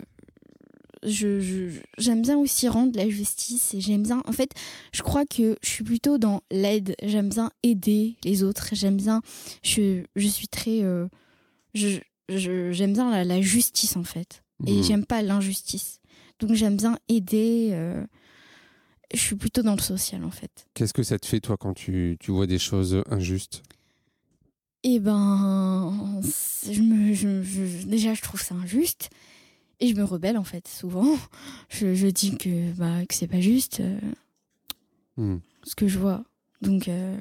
je, je- j'aime bien aussi rendre la justice. Et j'aime bien. En fait, je crois que je suis plutôt dans l'aide. J'aime bien aider les autres. J'aime bien. Je, je suis très. euh, je, je- j'aime bien la, la justice, en fait. Et Mmh. j'aime pas l'injustice. Donc, j'aime bien aider. euh, je suis plutôt dans le social, en fait. Qu'est-ce que ça te fait, toi, quand tu, tu vois des choses injustes ? Eh ben, c'est- je me, je, je- déjà, je trouve ça injuste. Et je me rebelle, en fait, souvent. Je, je dis que, bah, que c'est pas juste euh, Mmh. ce que je vois. Donc, euh,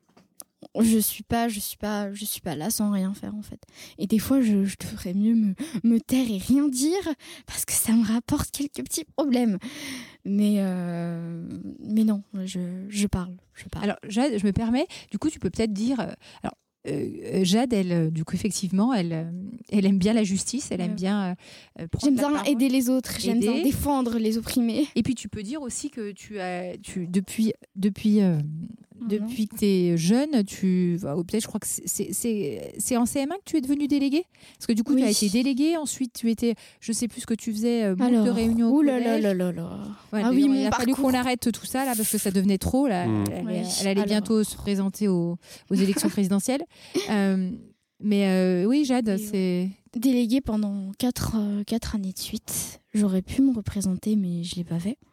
je suis pas, je suis pas, je suis pas là sans rien faire, en fait. Et des fois, je, je devrais mieux me, me taire et rien dire parce que ça me rapporte quelques petits problèmes. Mais, euh, mais non, je, je parle, je parle. Alors, Jade, je me permets, du coup, tu peux peut-être dire. euh, alors, euh, Jade, elle, euh, du coup, effectivement, elle, euh, elle aime bien la justice, elle aime Ouais. bien euh, prendre J'aime la bien parole. aider les autres, j'aime bien Aider. défendre les opprimés. Et puis, tu peux dire aussi que tu as, tu, depuis, depuis, euh, depuis que tu es jeune, tu, ou peut-être, je crois que c'est- c'est c'est- c'est en C M un que tu es devenue déléguée. Parce que du coup, Oui. tu as été déléguée, ensuite, tu étais, je sais plus ce que tu faisais, euh, beaucoup Alors, de réunions au ouh là là collège. là là là. Ouais, ah mais oui, non, mon il a fallu parcours. qu'on arrête tout ça là parce que ça devenait trop. Là. Mmh. Elle, Ouais. elle- elle allait Alors. bientôt se présenter aux, aux élections présidentielles. Euh, mais euh, oui, Jade, Et c'est. Déléguée pendant quatre années de suite. J'aurais pu me représenter, mais je ne l'ai pas fait.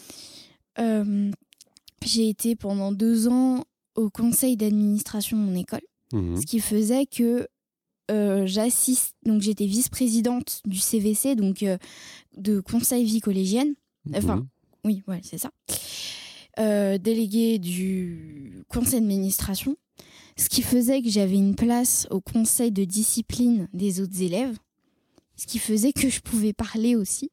Euh, j'ai été pendant deux ans au conseil d'administration de mon école, Mmh. ce qui faisait que euh, j'assiste. Donc j'étais vice-présidente du C V C, donc euh, de conseil vie collégienne. Enfin, Mmh. oui, ouais, c'est ça. Euh, déléguée du conseil d'administration, ce qui faisait que j'avais une place au conseil de discipline des autres élèves, ce qui faisait que je pouvais parler aussi.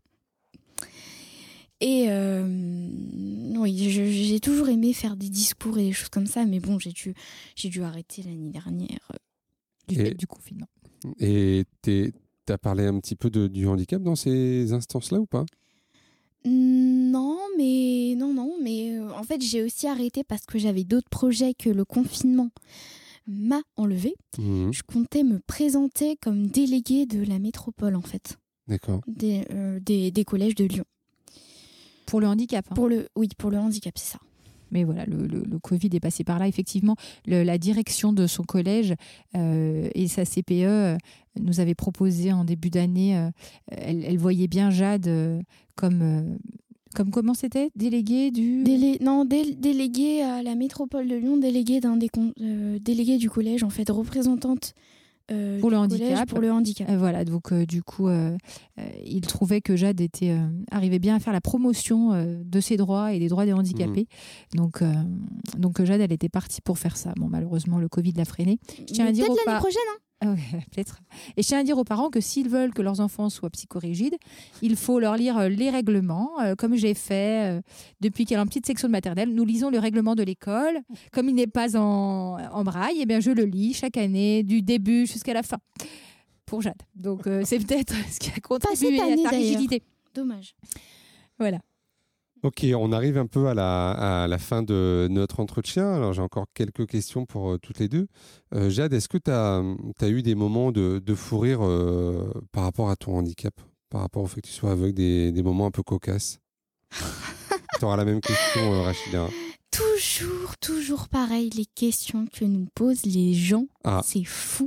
Et euh, oui, je- j'ai toujours aimé faire des discours et des choses comme ça, mais bon, j'ai dû, j'ai dû arrêter l'année dernière. Du Et- fait du confinement. Et tu as parlé un petit peu de, du handicap dans ces instances-là ou pas ? Non, mais non, non, mais euh, en fait, j'ai aussi arrêté parce que j'avais d'autres projets que le confinement m'a enlevé. Mmh. Je comptais me présenter comme déléguée de la métropole, en fait, D'accord. des, euh, des, des collèges de Lyon. Pour le handicap. hein. Pour le, oui, pour le handicap, c'est ça. Mais voilà, le, le- le Covid est passé par là. Effectivement, le- la direction de son collège euh, et sa C P E euh, nous avait proposé en début d'année, euh, elle, elle voyait bien Jade euh, comme, euh, comme comment c'était déléguée du... Délé- non, dé- déléguée à la métropole de Lyon, déléguée d'un des con- euh, délégué du collège, en fait, représentante euh, Pour du le collège handicap. pour le handicap. Euh, voilà, donc euh, du coup, euh, euh, il trouvait que Jade était, euh, arrivait bien à faire la promotion euh, de ses droits et des droits des handicapés. Donc, euh, donc Jade, elle était partie pour faire ça. Bon, malheureusement, le Covid l'a freinée. Je tiens à Mais dire peut-être aux l'année pa- prochaine, hein. Ah ouais, peut-être. Et je tiens à dire aux parents que s'ils veulent que leurs enfants soient psychorigides, il faut leur lire euh, les règlements, euh, comme j'ai fait euh, depuis qu'elle est en petite section de maternelle. Nous lisons le règlement de l'école. Comme il n'est pas en, en braille, eh bien, je le lis chaque année, du début jusqu'à la fin, pour Jade. Donc, euh, c'est peut-être ce qui a contribué cette à année, sa d'ailleurs. rigidité. Dommage. Voilà. Ok, on arrive un peu à la, à la fin de notre entretien. Alors, j'ai encore quelques questions pour euh, toutes les deux. Euh, Jade, est-ce que tu as eu des moments de, de fou rire euh, par rapport à ton handicap, par rapport au fait que tu sois aveugle, des, des moments un peu cocasses? Tu auras la même question, euh, Rachida. Toujours, toujours pareil, les questions que nous posent les gens, Ah. c'est fou.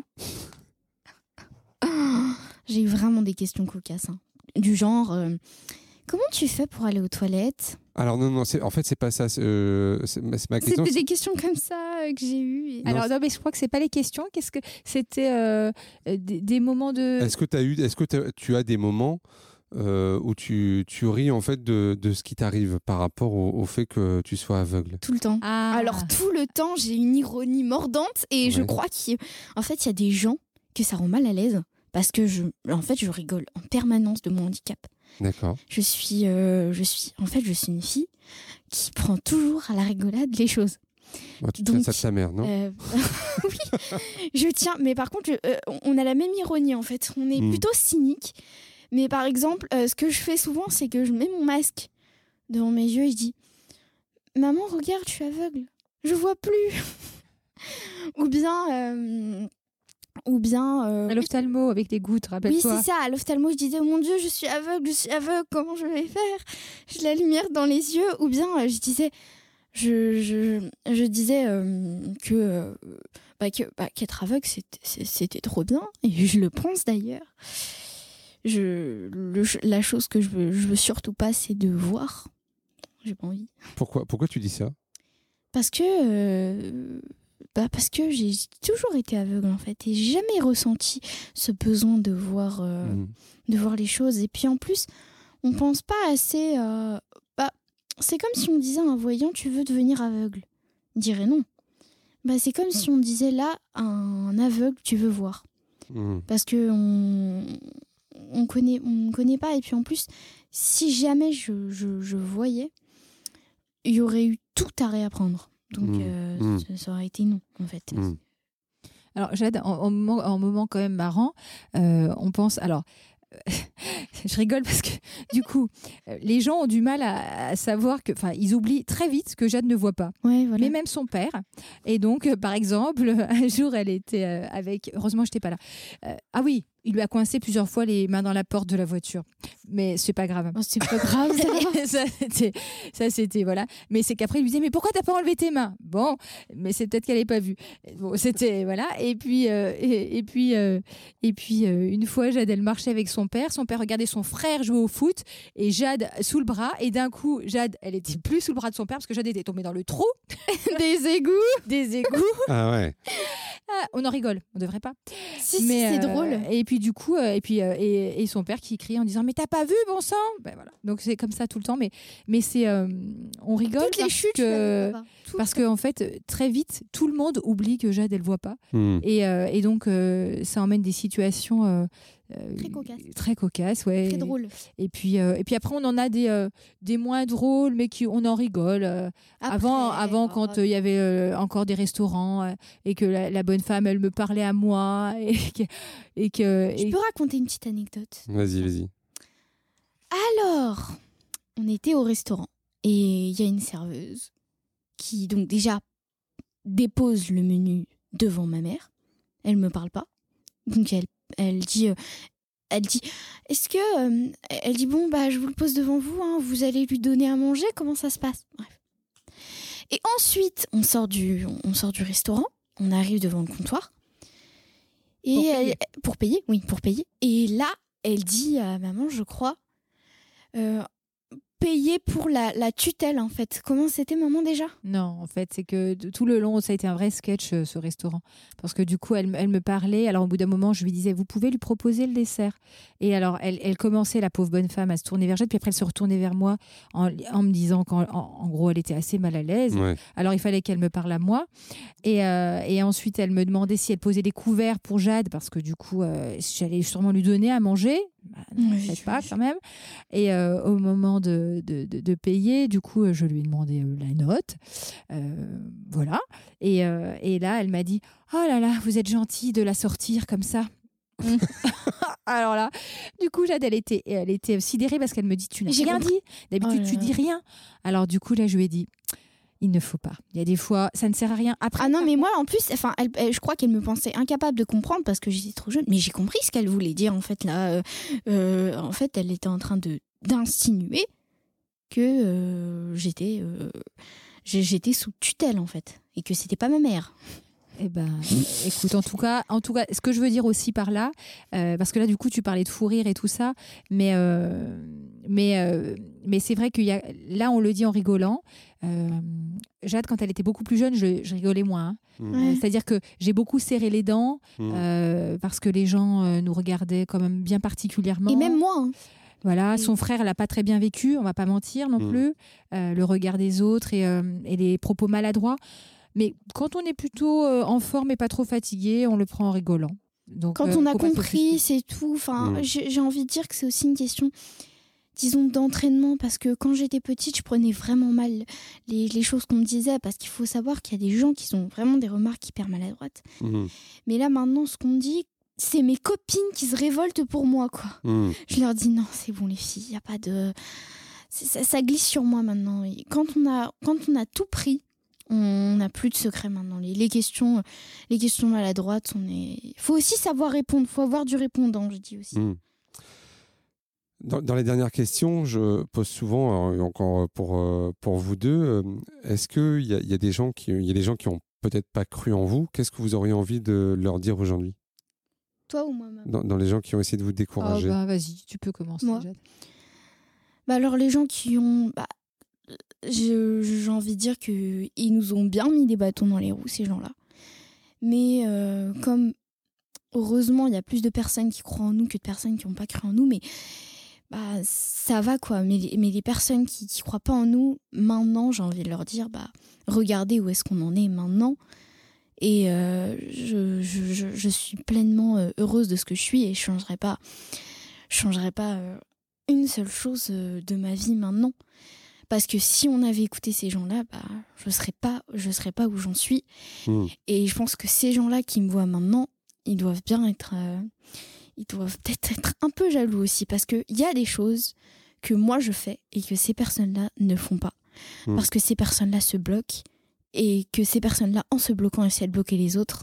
Ah, j'ai eu vraiment des questions cocasses, hein. Du genre, euh, comment tu fais pour aller aux toilettes? Alors, non, non, c'est- en fait, c'est pas ça. C'est euh, c'est- c'est ma question. C'était des questions comme ça euh, que j'ai eues. et- Non, Alors, non, mais je crois que c'est pas les questions. Qu'est-ce que c'était euh, des, des moments de. Est-ce que, t'as eu, est-ce que t'as- tu as des moments euh, où tu, tu ris en fait de, de ce qui t'arrive par rapport au, au fait que tu sois aveugle? Tout le temps. Ah. Alors tout le temps, j'ai une ironie mordante et Ouais. je crois qu'en fait, il y a des gens que ça rend mal à l'aise parce que je, en fait, je rigole en permanence de mon handicap. D'accord. Je suis, euh, je suis, en fait, je suis une fille qui prend toujours à la rigolade les choses. Bon, tu Donc, tiens ça de ta mère, non? Euh, oui, je tiens. Mais par contre, je- euh, on a la même ironie en fait. On est Mm. plutôt cynique. Mais par exemple, euh, ce que je fais souvent, c'est que je mets mon masque devant mes yeux et je dis maman, regarde, je suis aveugle. Je vois plus. ou bien, euh, ou bien. euh, À l'ophtalmo avec des gouttes, oui, rappelle-toi. c'est ça. À l'ophtalmo, je disais, oh mon Dieu, je suis aveugle, je suis aveugle, comment je vais faire? J'ai la lumière dans les yeux. Ou bien, euh, je disais, je, je, je disais euh, que, euh, bah, que bah, qu'être aveugle, c'était, c'est- c'était trop bien. Et je le pense d'ailleurs. Je, le- la chose que je veux, je veux surtout pas, c'est de voir. J'ai pas envie. Pourquoi, pourquoi tu dis ça? Parce que, euh, bah parce que j'ai toujours été aveugle en fait et j'ai jamais ressenti ce besoin de voir, euh, Mm. de voir les choses. Et puis en plus, on pense pas assez. euh, bah, c'est comme si on disait à un voyant, tu veux devenir aveugle. Il dirait non. Bah, c'est comme si on disait là, à un aveugle, tu veux voir. Mm. Parce que on, on connaît, on connaît pas. Et puis en plus, si jamais je, je, je voyais, il y aurait eu tout à réapprendre. Donc Mm. euh, Mm. ça, ça aurait été non, en fait. Mm. Alors, Jade, en, en moment, en moment quand même marrant, euh, on pense. Alors, je rigole parce que du coup, euh, les gens ont du mal à, à savoir que. Enfin, ils oublient très vite que Jade ne voit pas. Ouais, voilà. Mais même son père. Et donc, euh, par exemple, un jour, elle était euh, avec. Heureusement, je n'étais pas là. Euh, ah oui, il lui a coincé plusieurs fois les mains dans la porte de la voiture. Mais c'est pas grave. Oh, c'est pas grave, ça va. ça, c'était, ça, c'était. Voilà. Mais c'est qu'après, il lui disait mais pourquoi t'as pas enlevé tes mains? Bon, mais c'est peut-être qu'elle n'avait pas vu. Bon, c'était. Voilà. Et puis, euh, et, et puis, euh, et puis euh, une fois, Jade, elle marchait avec son père. Son père regardait son frère jouer au foot et Jade sous le bras. Et d'un coup, Jade, elle était plus sous le bras de son père parce que Jade était tombée dans le trou des égouts. Des égouts. Ah ouais. Ah, on en rigole, on devrait pas. Si, si, Mais, c'est euh, drôle. Et puis du coup, euh, et puis euh, et, et son père qui crie en disant mais t'as pas vu bon sang. Ben voilà. Donc c'est comme ça tout le temps. Mais mais c'est euh, on rigole Toutes les parce chutes, que je Toutes. parce que en fait très vite tout le monde oublie que Jade elle voit pas Mm. et, euh, et donc euh, ça emmène des situations euh, euh, Très cocasses. très cocasses, ouais. Très drôle. Et puis euh, et puis après on en a des euh, des moins drôles mais qui on en rigole. euh, avant, Après, avant oh, quand euh, il y avait euh, encore des restaurants euh, et que la, la bonne femme, elle me parlait à moi et que, et que Je et- peux raconter une petite anecdote. Vas-y, vas-y. Alors, on était au restaurant et il y a une serveuse qui, donc déjà, dépose le menu devant ma mère. Elle me parle pas. Donc elle, elle dit, euh, elle dit, est-ce que, euh, elle dit bon bah je vous le pose devant vous, hein, vous allez lui donner à manger, comment ça se passe? Bref. Et ensuite, on sort du, on sort du restaurant, on arrive devant le comptoir. Et Pour elle- payer. pour payer, oui, pour payer. Et là, elle dit à maman, je crois, euh, payer pour la, la tutelle en fait. Comment c'était maman déjà? Non, en fait, c'est que de- tout le long, ça a été un vrai sketch, euh, ce restaurant. Parce que du coup, elle, m- elle me parlait. Alors, au bout d'un moment, je lui disais, vous pouvez lui proposer le dessert. Et alors, elle, elle commençait, la pauvre bonne femme, à se tourner vers Jade. Puis après, elle se retournait vers moi en, en me disant qu'en en, en gros, elle était assez mal à l'aise. Ouais. Alors, il fallait qu'elle me parle à moi. Et, euh, et ensuite, elle me demandait si elle posait des couverts pour Jade. Parce que du coup, euh, j'allais sûrement lui donner à manger. Bah, non, Oui, peut-être oui, pas oui. quand même. Et euh, au moment de, de, de- de payer, du coup, euh, je lui ai demandé euh, la note. Euh, voilà. Et, euh, et là, elle m'a dit, oh là là, vous êtes gentil de la sortir comme ça. Alors là, du coup, Jade, elle était, elle était sidérée parce qu'elle me dit, tu n'as J'ai rien compris. dit. D'habitude, Oh là tu là. dis rien. Alors du coup, là, je lui ai dit, il ne faut pas. Il y a des fois, ça ne sert à rien. Après, Ah non, mais moi en plus, enfin, elle- elle- je crois qu'elle me pensait incapable de comprendre parce que j'étais trop jeune. Mais j'ai compris ce qu'elle voulait dire en fait là. Euh, euh, en fait, elle était en train de d'insinuer que euh, j'étais euh, j'ai- j'étais sous tutelle en fait et que c'était pas ma mère. Eh ben, écoute, en tout cas, en tout cas, ce que je veux dire aussi par là, euh, parce que là, du coup, tu parlais de fou rire et tout ça, mais euh, mais euh, mais c'est vrai qu'il y a, là, on le dit en rigolant. euh, Jade, quand elle était beaucoup plus jeune, je, je rigolais moins. hein. Mm. Ouais. C'est-à-dire que j'ai beaucoup serré les dents Mm. euh, parce que les gens euh, nous regardaient quand même bien particulièrement. Et même moi. hein. Voilà, Et- son frère l'a pas très bien vécu, on va pas mentir non Mmh. plus. Euh, le regard des autres et, euh, et les propos maladroits. Mais quand on est plutôt euh, en forme et pas trop fatigué, on le prend en rigolant. Donc, Quand euh, on a faut pas compris, s'offusquer. c'est tout. Enfin, Mm. j'ai j'ai envie de dire que c'est aussi une question, disons, d'entraînement. Parce que quand j'étais petite, je prenais vraiment mal les, les choses qu'on me disait. Parce qu'il faut savoir qu'il y a des gens qui ont vraiment des remarques hyper maladroites. Mmh. Mais là, maintenant, ce qu'on me dit, c'est mes copines qui se révoltent pour moi, quoi. Mmh. Je leur dis non, c'est bon, les filles, il n'y a pas de. c'est- Ça, ça glisse sur moi maintenant. Et quand, on a, quand on a tout pris, on n'a plus de secret maintenant. Les, les questions, les questions maladroites, on est. Il faut aussi savoir répondre. Il faut avoir du répondant, je dis aussi. Mmh. Dans, dans les dernières questions, je pose souvent, alors, encore pour, euh, pour vous deux, euh, est-ce qu'il y a, il y a des gens qui, il y a des gens qui ont peut-être pas cru en vous? Qu'est-ce que vous auriez envie de leur dire aujourd'hui? Toi ou moi, maman? Dans, dans les gens qui ont essayé de vous Ah, décourager? bah, vas-y, tu peux commencer. Moi. Jade. Bah alors, les gens qui ont. Bah, je- j'ai envie de dire qu'ils nous ont bien mis des bâtons dans les roues, ces gens-là. Mais euh, comme heureusement, il y a plus de personnes qui croient en nous que de personnes qui n'ont pas cru en nous, mais bah, ça va quoi. Mais, les- mais les personnes qui ne croient pas en nous, maintenant, j'ai envie de leur dire, bah, regardez où est-ce qu'on en est maintenant. Et euh, je, je, je, je suis pleinement euh, heureuse de ce que je suis et je ne changerai pas, je changerai pas euh, une seule chose euh, de ma vie maintenant. Parce que si on avait écouté ces gens-là, bah, je ne serais pas, je serais pas où j'en suis. Mmh. Et je pense que ces gens-là qui me voient maintenant, ils doivent bien être... euh, ils doivent peut-être être un peu jaloux aussi. Parce qu'il y a des choses que moi je fais et que ces personnes-là ne font pas. Mm. Parce que ces personnes-là se bloquent. Et que ces personnes-là, en se bloquant, essaient de bloquer les autres.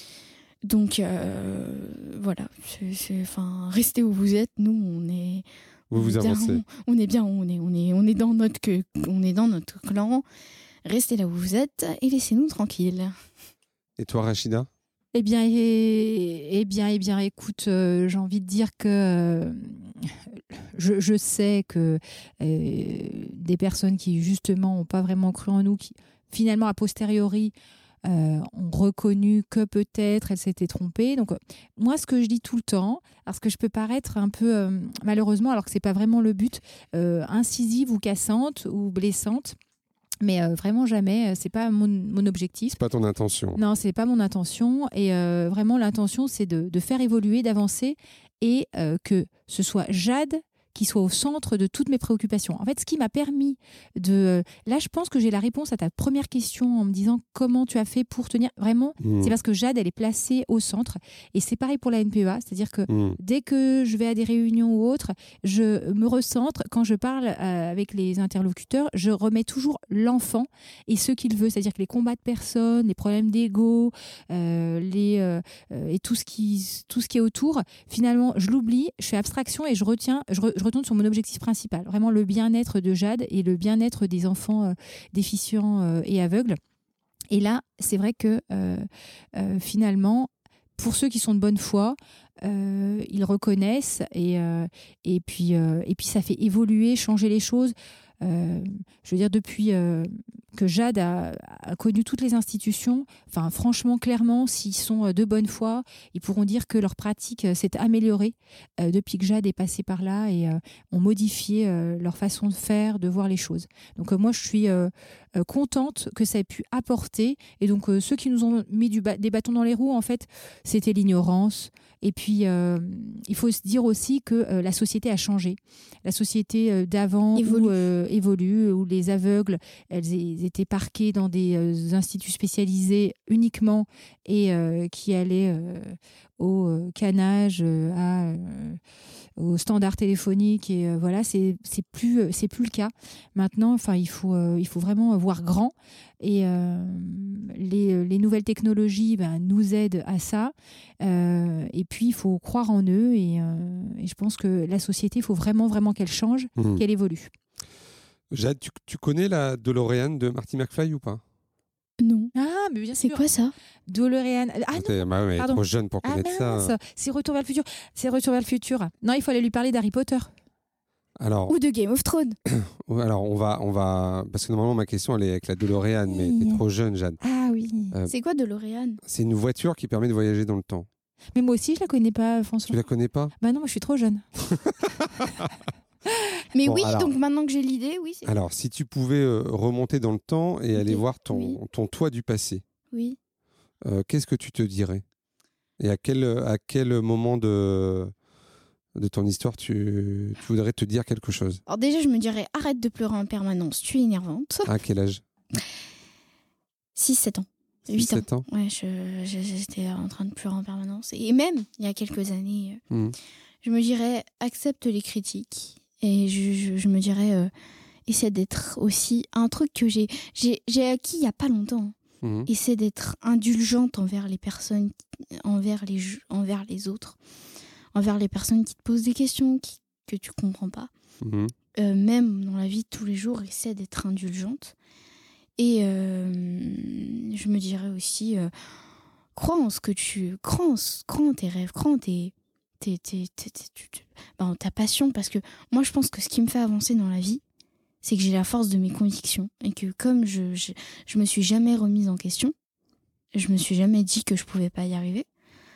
Donc, euh, voilà. C'est- c'est- Enfin, restez où vous êtes. Nous, on est... Vous on vous est bien, avancez. On, on est bien, on est, on est, on est dans notre, que, on est dans notre clan. Restez là où vous êtes et laissez-nous tranquilles. Et toi, Rachida? Eh bien, eh, eh bien, eh bien, écoute, euh, j'ai envie de dire que euh, je, je sais que euh, des personnes qui justement n'ont pas vraiment cru en nous, qui finalement a posteriori euh, ont reconnu que peut-être elles s'étaient trompées. Donc euh, moi, ce que je dis tout le temps, parce que je peux paraître un peu euh, malheureusement, alors que c'est pas vraiment le but, euh, incisive ou cassante ou blessante. Mais euh, vraiment jamais, c'est pas mon, mon objectif. C'est pas ton intention. Non, c'est pas mon intention. Et euh, vraiment, l'intention, c'est de, de faire évoluer, d'avancer et euh, que ce soit Jade qui soit au centre de toutes mes préoccupations. En fait, ce qui m'a permis de... Là, je pense que j'ai la réponse à ta première question en me disant comment tu as fait pour tenir. Vraiment, Mmh. c'est parce que Jade, elle est placée au centre. Et c'est pareil pour la N P E A. C'est-à-dire que Mmh. dès que je vais à des réunions ou autres, je me recentre. Quand je parle euh, avec les interlocuteurs, je remets toujours l'enfant et ce qu'il veut. C'est-à-dire que les combats de personnes, les problèmes d'ego, euh, les, euh, euh, et tout ce, qui, tout ce qui est autour, finalement, je l'oublie, je fais abstraction et je retiens, je, re- je retourne sur mon objectif principal. Vraiment le bien-être de Jade et le bien-être des enfants euh, déficients euh, et aveugles. Et là, c'est vrai que euh, euh, finalement, pour ceux qui sont de bonne foi, euh, ils reconnaissent et, euh, et, puis, euh, et puis ça fait évoluer, changer les choses. Euh, je veux dire, depuis euh, que Jade a, a connu toutes les institutions, enfin, franchement, clairement, s'ils sont de bonne foi, ils pourront dire que leur pratique euh, s'est améliorée euh, depuis que Jade est passée par là et euh, ont modifié euh, leur façon de faire, de voir les choses. Donc, euh, moi, je suis euh, euh, contente que ça ait pu apporter. Et donc, euh, ceux qui nous ont mis du ba- des bâtons dans les roues, en fait, c'était l'ignorance. Et puis, euh, il faut se dire aussi que euh, la société a changé. La société euh, d'avant Évolue. où, euh, évolue, où les aveugles, elles, elles étaient parquées dans des euh, instituts spécialisés uniquement et euh, qui allaient euh, au euh, canage, euh, à, euh, au standard téléphonique. Et euh, voilà, c'est, c'est plus, euh, c'est plus le cas. Maintenant, enfin, il faut, euh, il faut vraiment voir grand. Et euh, les, les nouvelles technologies ben, nous aident à ça. Euh, et puis, il faut croire en eux. Et, euh, et je pense que la société, il faut vraiment, vraiment qu'elle change, Mmh. qu'elle évolue. Jade, tu, tu connais la DeLorean de Marty McFly ou pas? Non. Ah, mais bien C'est sûr. quoi ça? DeLorean. Ah non, T'es- bah ouais, elle est pardon. trop jeune pour ah connaître mince, ça. c'est Retour vers le futur. C'est Retour vers le futur. Non, il faut aller lui parler d'Harry Potter. Alors, Ou de Game of Thrones? alors on va, on va, parce que normalement ma question elle est avec la DeLorean, mais Oui. t'es trop jeune, Jade. Ah oui. Euh, C'est quoi de L'Oréal? C'est une voiture qui permet de voyager dans le temps. Mais moi aussi, je la connais pas, Tu François. la connais pas? Bah non, moi je suis trop jeune. Mais Bon, oui, alors- donc maintenant que j'ai l'idée, oui. c'est- Alors, si tu pouvais euh, remonter dans le temps et aller Ok, voir ton, oui. ton toi du passé, Oui. euh, qu'est-ce que tu te dirais? Et à quel, à quel moment de, de ton histoire tu, tu voudrais te dire quelque chose? Alors déjà, je me dirais, arrête de pleurer en permanence, tu es énervante. À quel âge? six sept ans. huit six, sept ans. Ouais, je- je- j'étais en train de pleurer en permanence. Et même, il y a quelques années, euh, Mhm. je me dirais, accepte les critiques. Et je, je- je me dirais, euh, essaie d'être aussi... Un truc que j'ai, j'ai, j'ai acquis il n'y a pas longtemps. Mhm. Essaie d'être indulgente envers les personnes, envers les, ju- envers les autres, envers les personnes qui te posent des questions qui, que tu comprends pas. Mhm. Euh, même dans la vie de tous les jours, essaie d'être indulgente. Et euh, je me dirais aussi, euh, crois en ce que tu... Crois en, ce- crois en tes rêves, crois en tes, tes, tes, tes- tes- tu- tu- ben, en ta passion. Parce que moi, je pense que ce qui me fait avancer dans la vie, c'est que j'ai la force de mes convictions. Et que comme je, je, je me suis jamais remise en question, je me suis jamais dit que je pouvais pas y arriver,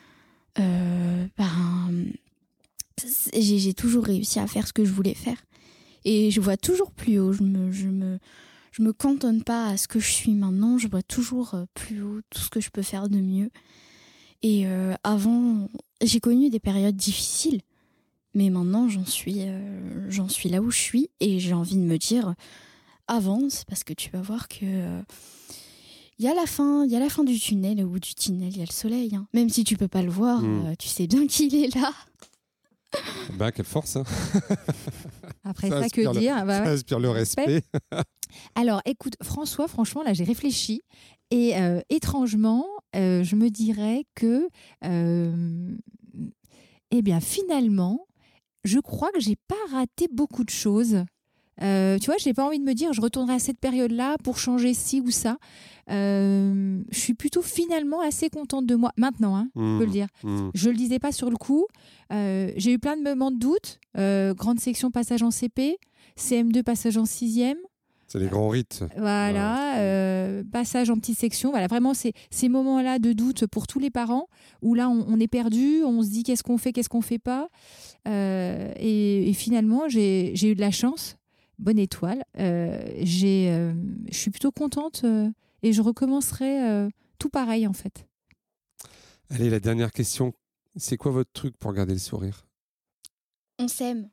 euh, ben, c'est- j'ai, j'ai toujours réussi à faire ce que je voulais faire. Et je vois toujours plus haut. Je me, je me, je me cantonne pas à ce que je suis maintenant. Je vois toujours euh, plus haut tout ce que je peux faire de mieux. Et euh, avant, j'ai connu des périodes difficiles. Mais maintenant, j'en suis, euh, j'en suis là où je suis. Et j'ai envie de me dire, avance, parce que tu vas voir que... euh, il y a la fin, il y a la fin du tunnel. Au bout du tunnel, il y a le soleil. Hein. Même si tu peux pas le voir, Mm. euh, tu sais bien qu'il est là. Ben, quelle force, hein. Après Ça ça, inspire que le- dire Bah ouais. Ça inspire le respect. Alors, écoute, François, franchement, là, j'ai réfléchi. Et euh, étrangement, euh, je me dirais que, euh, eh bien, finalement, je crois que j'ai pas raté beaucoup de choses. Euh, tu vois, j'ai pas envie de me dire je retournerai à cette période-là pour changer ci ou ça. Euh, je suis plutôt finalement assez contente de moi maintenant, hein, je peux le dire. Mhm. Je le disais pas sur le coup. Euh, j'ai eu plein de moments de doute. Euh, grande section passage en C P, C M deux passage en sixième. C'est les grands rites. Voilà, Ouais. euh, passage en petite section. Voilà, vraiment, c'est ces moments-là de doute pour tous les parents où là, on, on est perdu, on se dit qu'est-ce qu'on fait, qu'est-ce qu'on fait pas. Euh, et, et finalement, j'ai j'ai eu de la chance. Bonne étoile. Euh, j'ai, euh, je suis plutôt contente euh, et je recommencerai euh, tout pareil en fait. Allez, la dernière question. C'est quoi votre truc pour garder le sourire? On s'aime.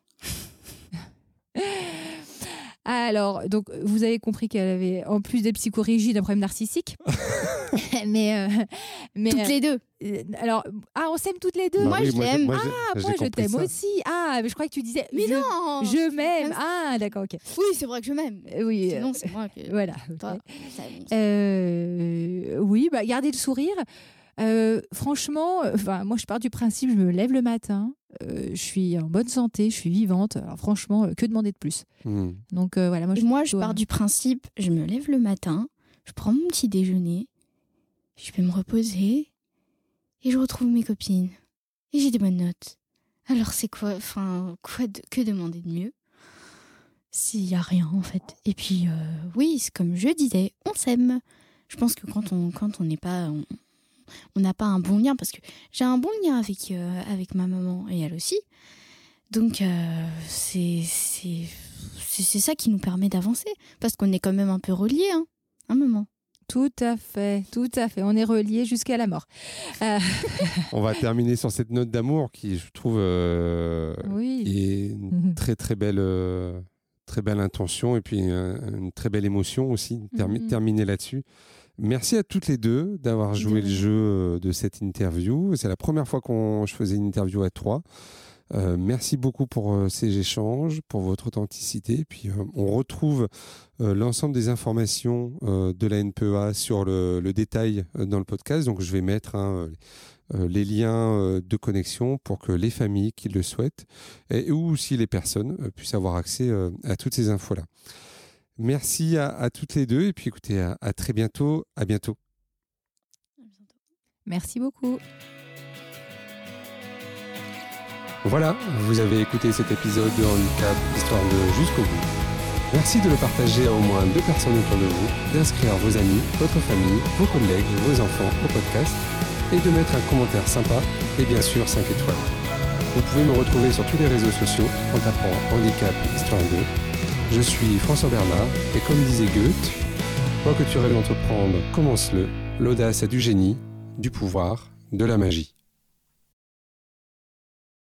Alors, donc, vous avez compris qu'elle avait, en plus des psychorigides, un problème narcissique. mais, euh, mais Toutes les deux. euh, alors, ah, on s'aime toutes les deux. Bah moi, oui, je l'aime. moi, j'ai- Ah, j'ai moi, je compris t'aime ça. aussi. Ah, mais je crois que tu disais. Mais je, non Je m'aime. Comme ça. Ah, d'accord, ok. Oui, c'est vrai que je m'aime. Euh, Oui. Sinon, euh, c'est moi que... voilà. Toi, ok. ça, bon, Euh, oui, bah, garder le sourire. Euh, franchement, enfin, moi, je pars du principe, je me lève le matin, euh, je suis en bonne santé, je suis vivante. Alors, franchement, euh, que demander de plus? Mhm. Donc, euh, voilà. Moi, Et je, moi, je plutôt, pars euh, du principe, je me lève le matin, je prends mon petit déjeuner, je vais me reposer et je retrouve mes copines. Et j'ai des bonnes notes. Alors, c'est quoi, enfin, quoi de- que demander de mieux s'il n'y a rien, en fait. Et puis, euh, oui, c'est comme je disais, on s'aime. Je pense que quand on quand on n'est pas... On, on n'a pas un bon lien, parce que j'ai un bon lien avec, euh, avec ma maman et elle aussi. Donc, euh, c'est, c'est, c'est, c'est ça qui nous permet d'avancer. Parce qu'on est quand même un peu reliés, hein, un moment. Tout à fait, tout à fait. On est reliés jusqu'à la mort. Euh, On va terminer sur cette note d'amour qui, je trouve, euh, oui. est une très très belle, euh, très belle intention et puis euh, une très belle émotion aussi. Termi- Mhm. Terminer là-dessus. Merci à toutes les deux d'avoir joué De le rien. jeu euh, de cette interview. C'est la première fois qu'on je faisais une interview à trois. Euh, merci beaucoup pour euh, ces échanges, pour votre authenticité. Et puis, euh, on retrouve euh, l'ensemble des informations euh, de la N P E A sur le, le détail euh, dans le podcast. Donc, je vais mettre hein, euh, les liens euh, de connexion pour que les familles qui le souhaitent et, ou aussi les personnes euh, puissent avoir accès euh, à toutes ces infos-là. Merci à, à toutes les deux. Et puis, écoutez, à, à très bientôt. À bientôt. Merci beaucoup. Voilà, vous avez écouté cet épisode de Handicap Histoire de jusqu'au bout. Merci de le partager à au moins deux personnes autour de vous, d'inscrire vos amis, votre famille, vos collègues, vos enfants au podcast et de mettre un commentaire sympa et bien sûr cinq étoiles. Vous pouvez me retrouver sur tous les réseaux sociaux en tapant Handicap Histoire deux. Je suis François Bernard et comme disait Goethe, quoi que tu rêves d'entreprendre, commence-le. L'audace a du génie, du pouvoir, de la magie.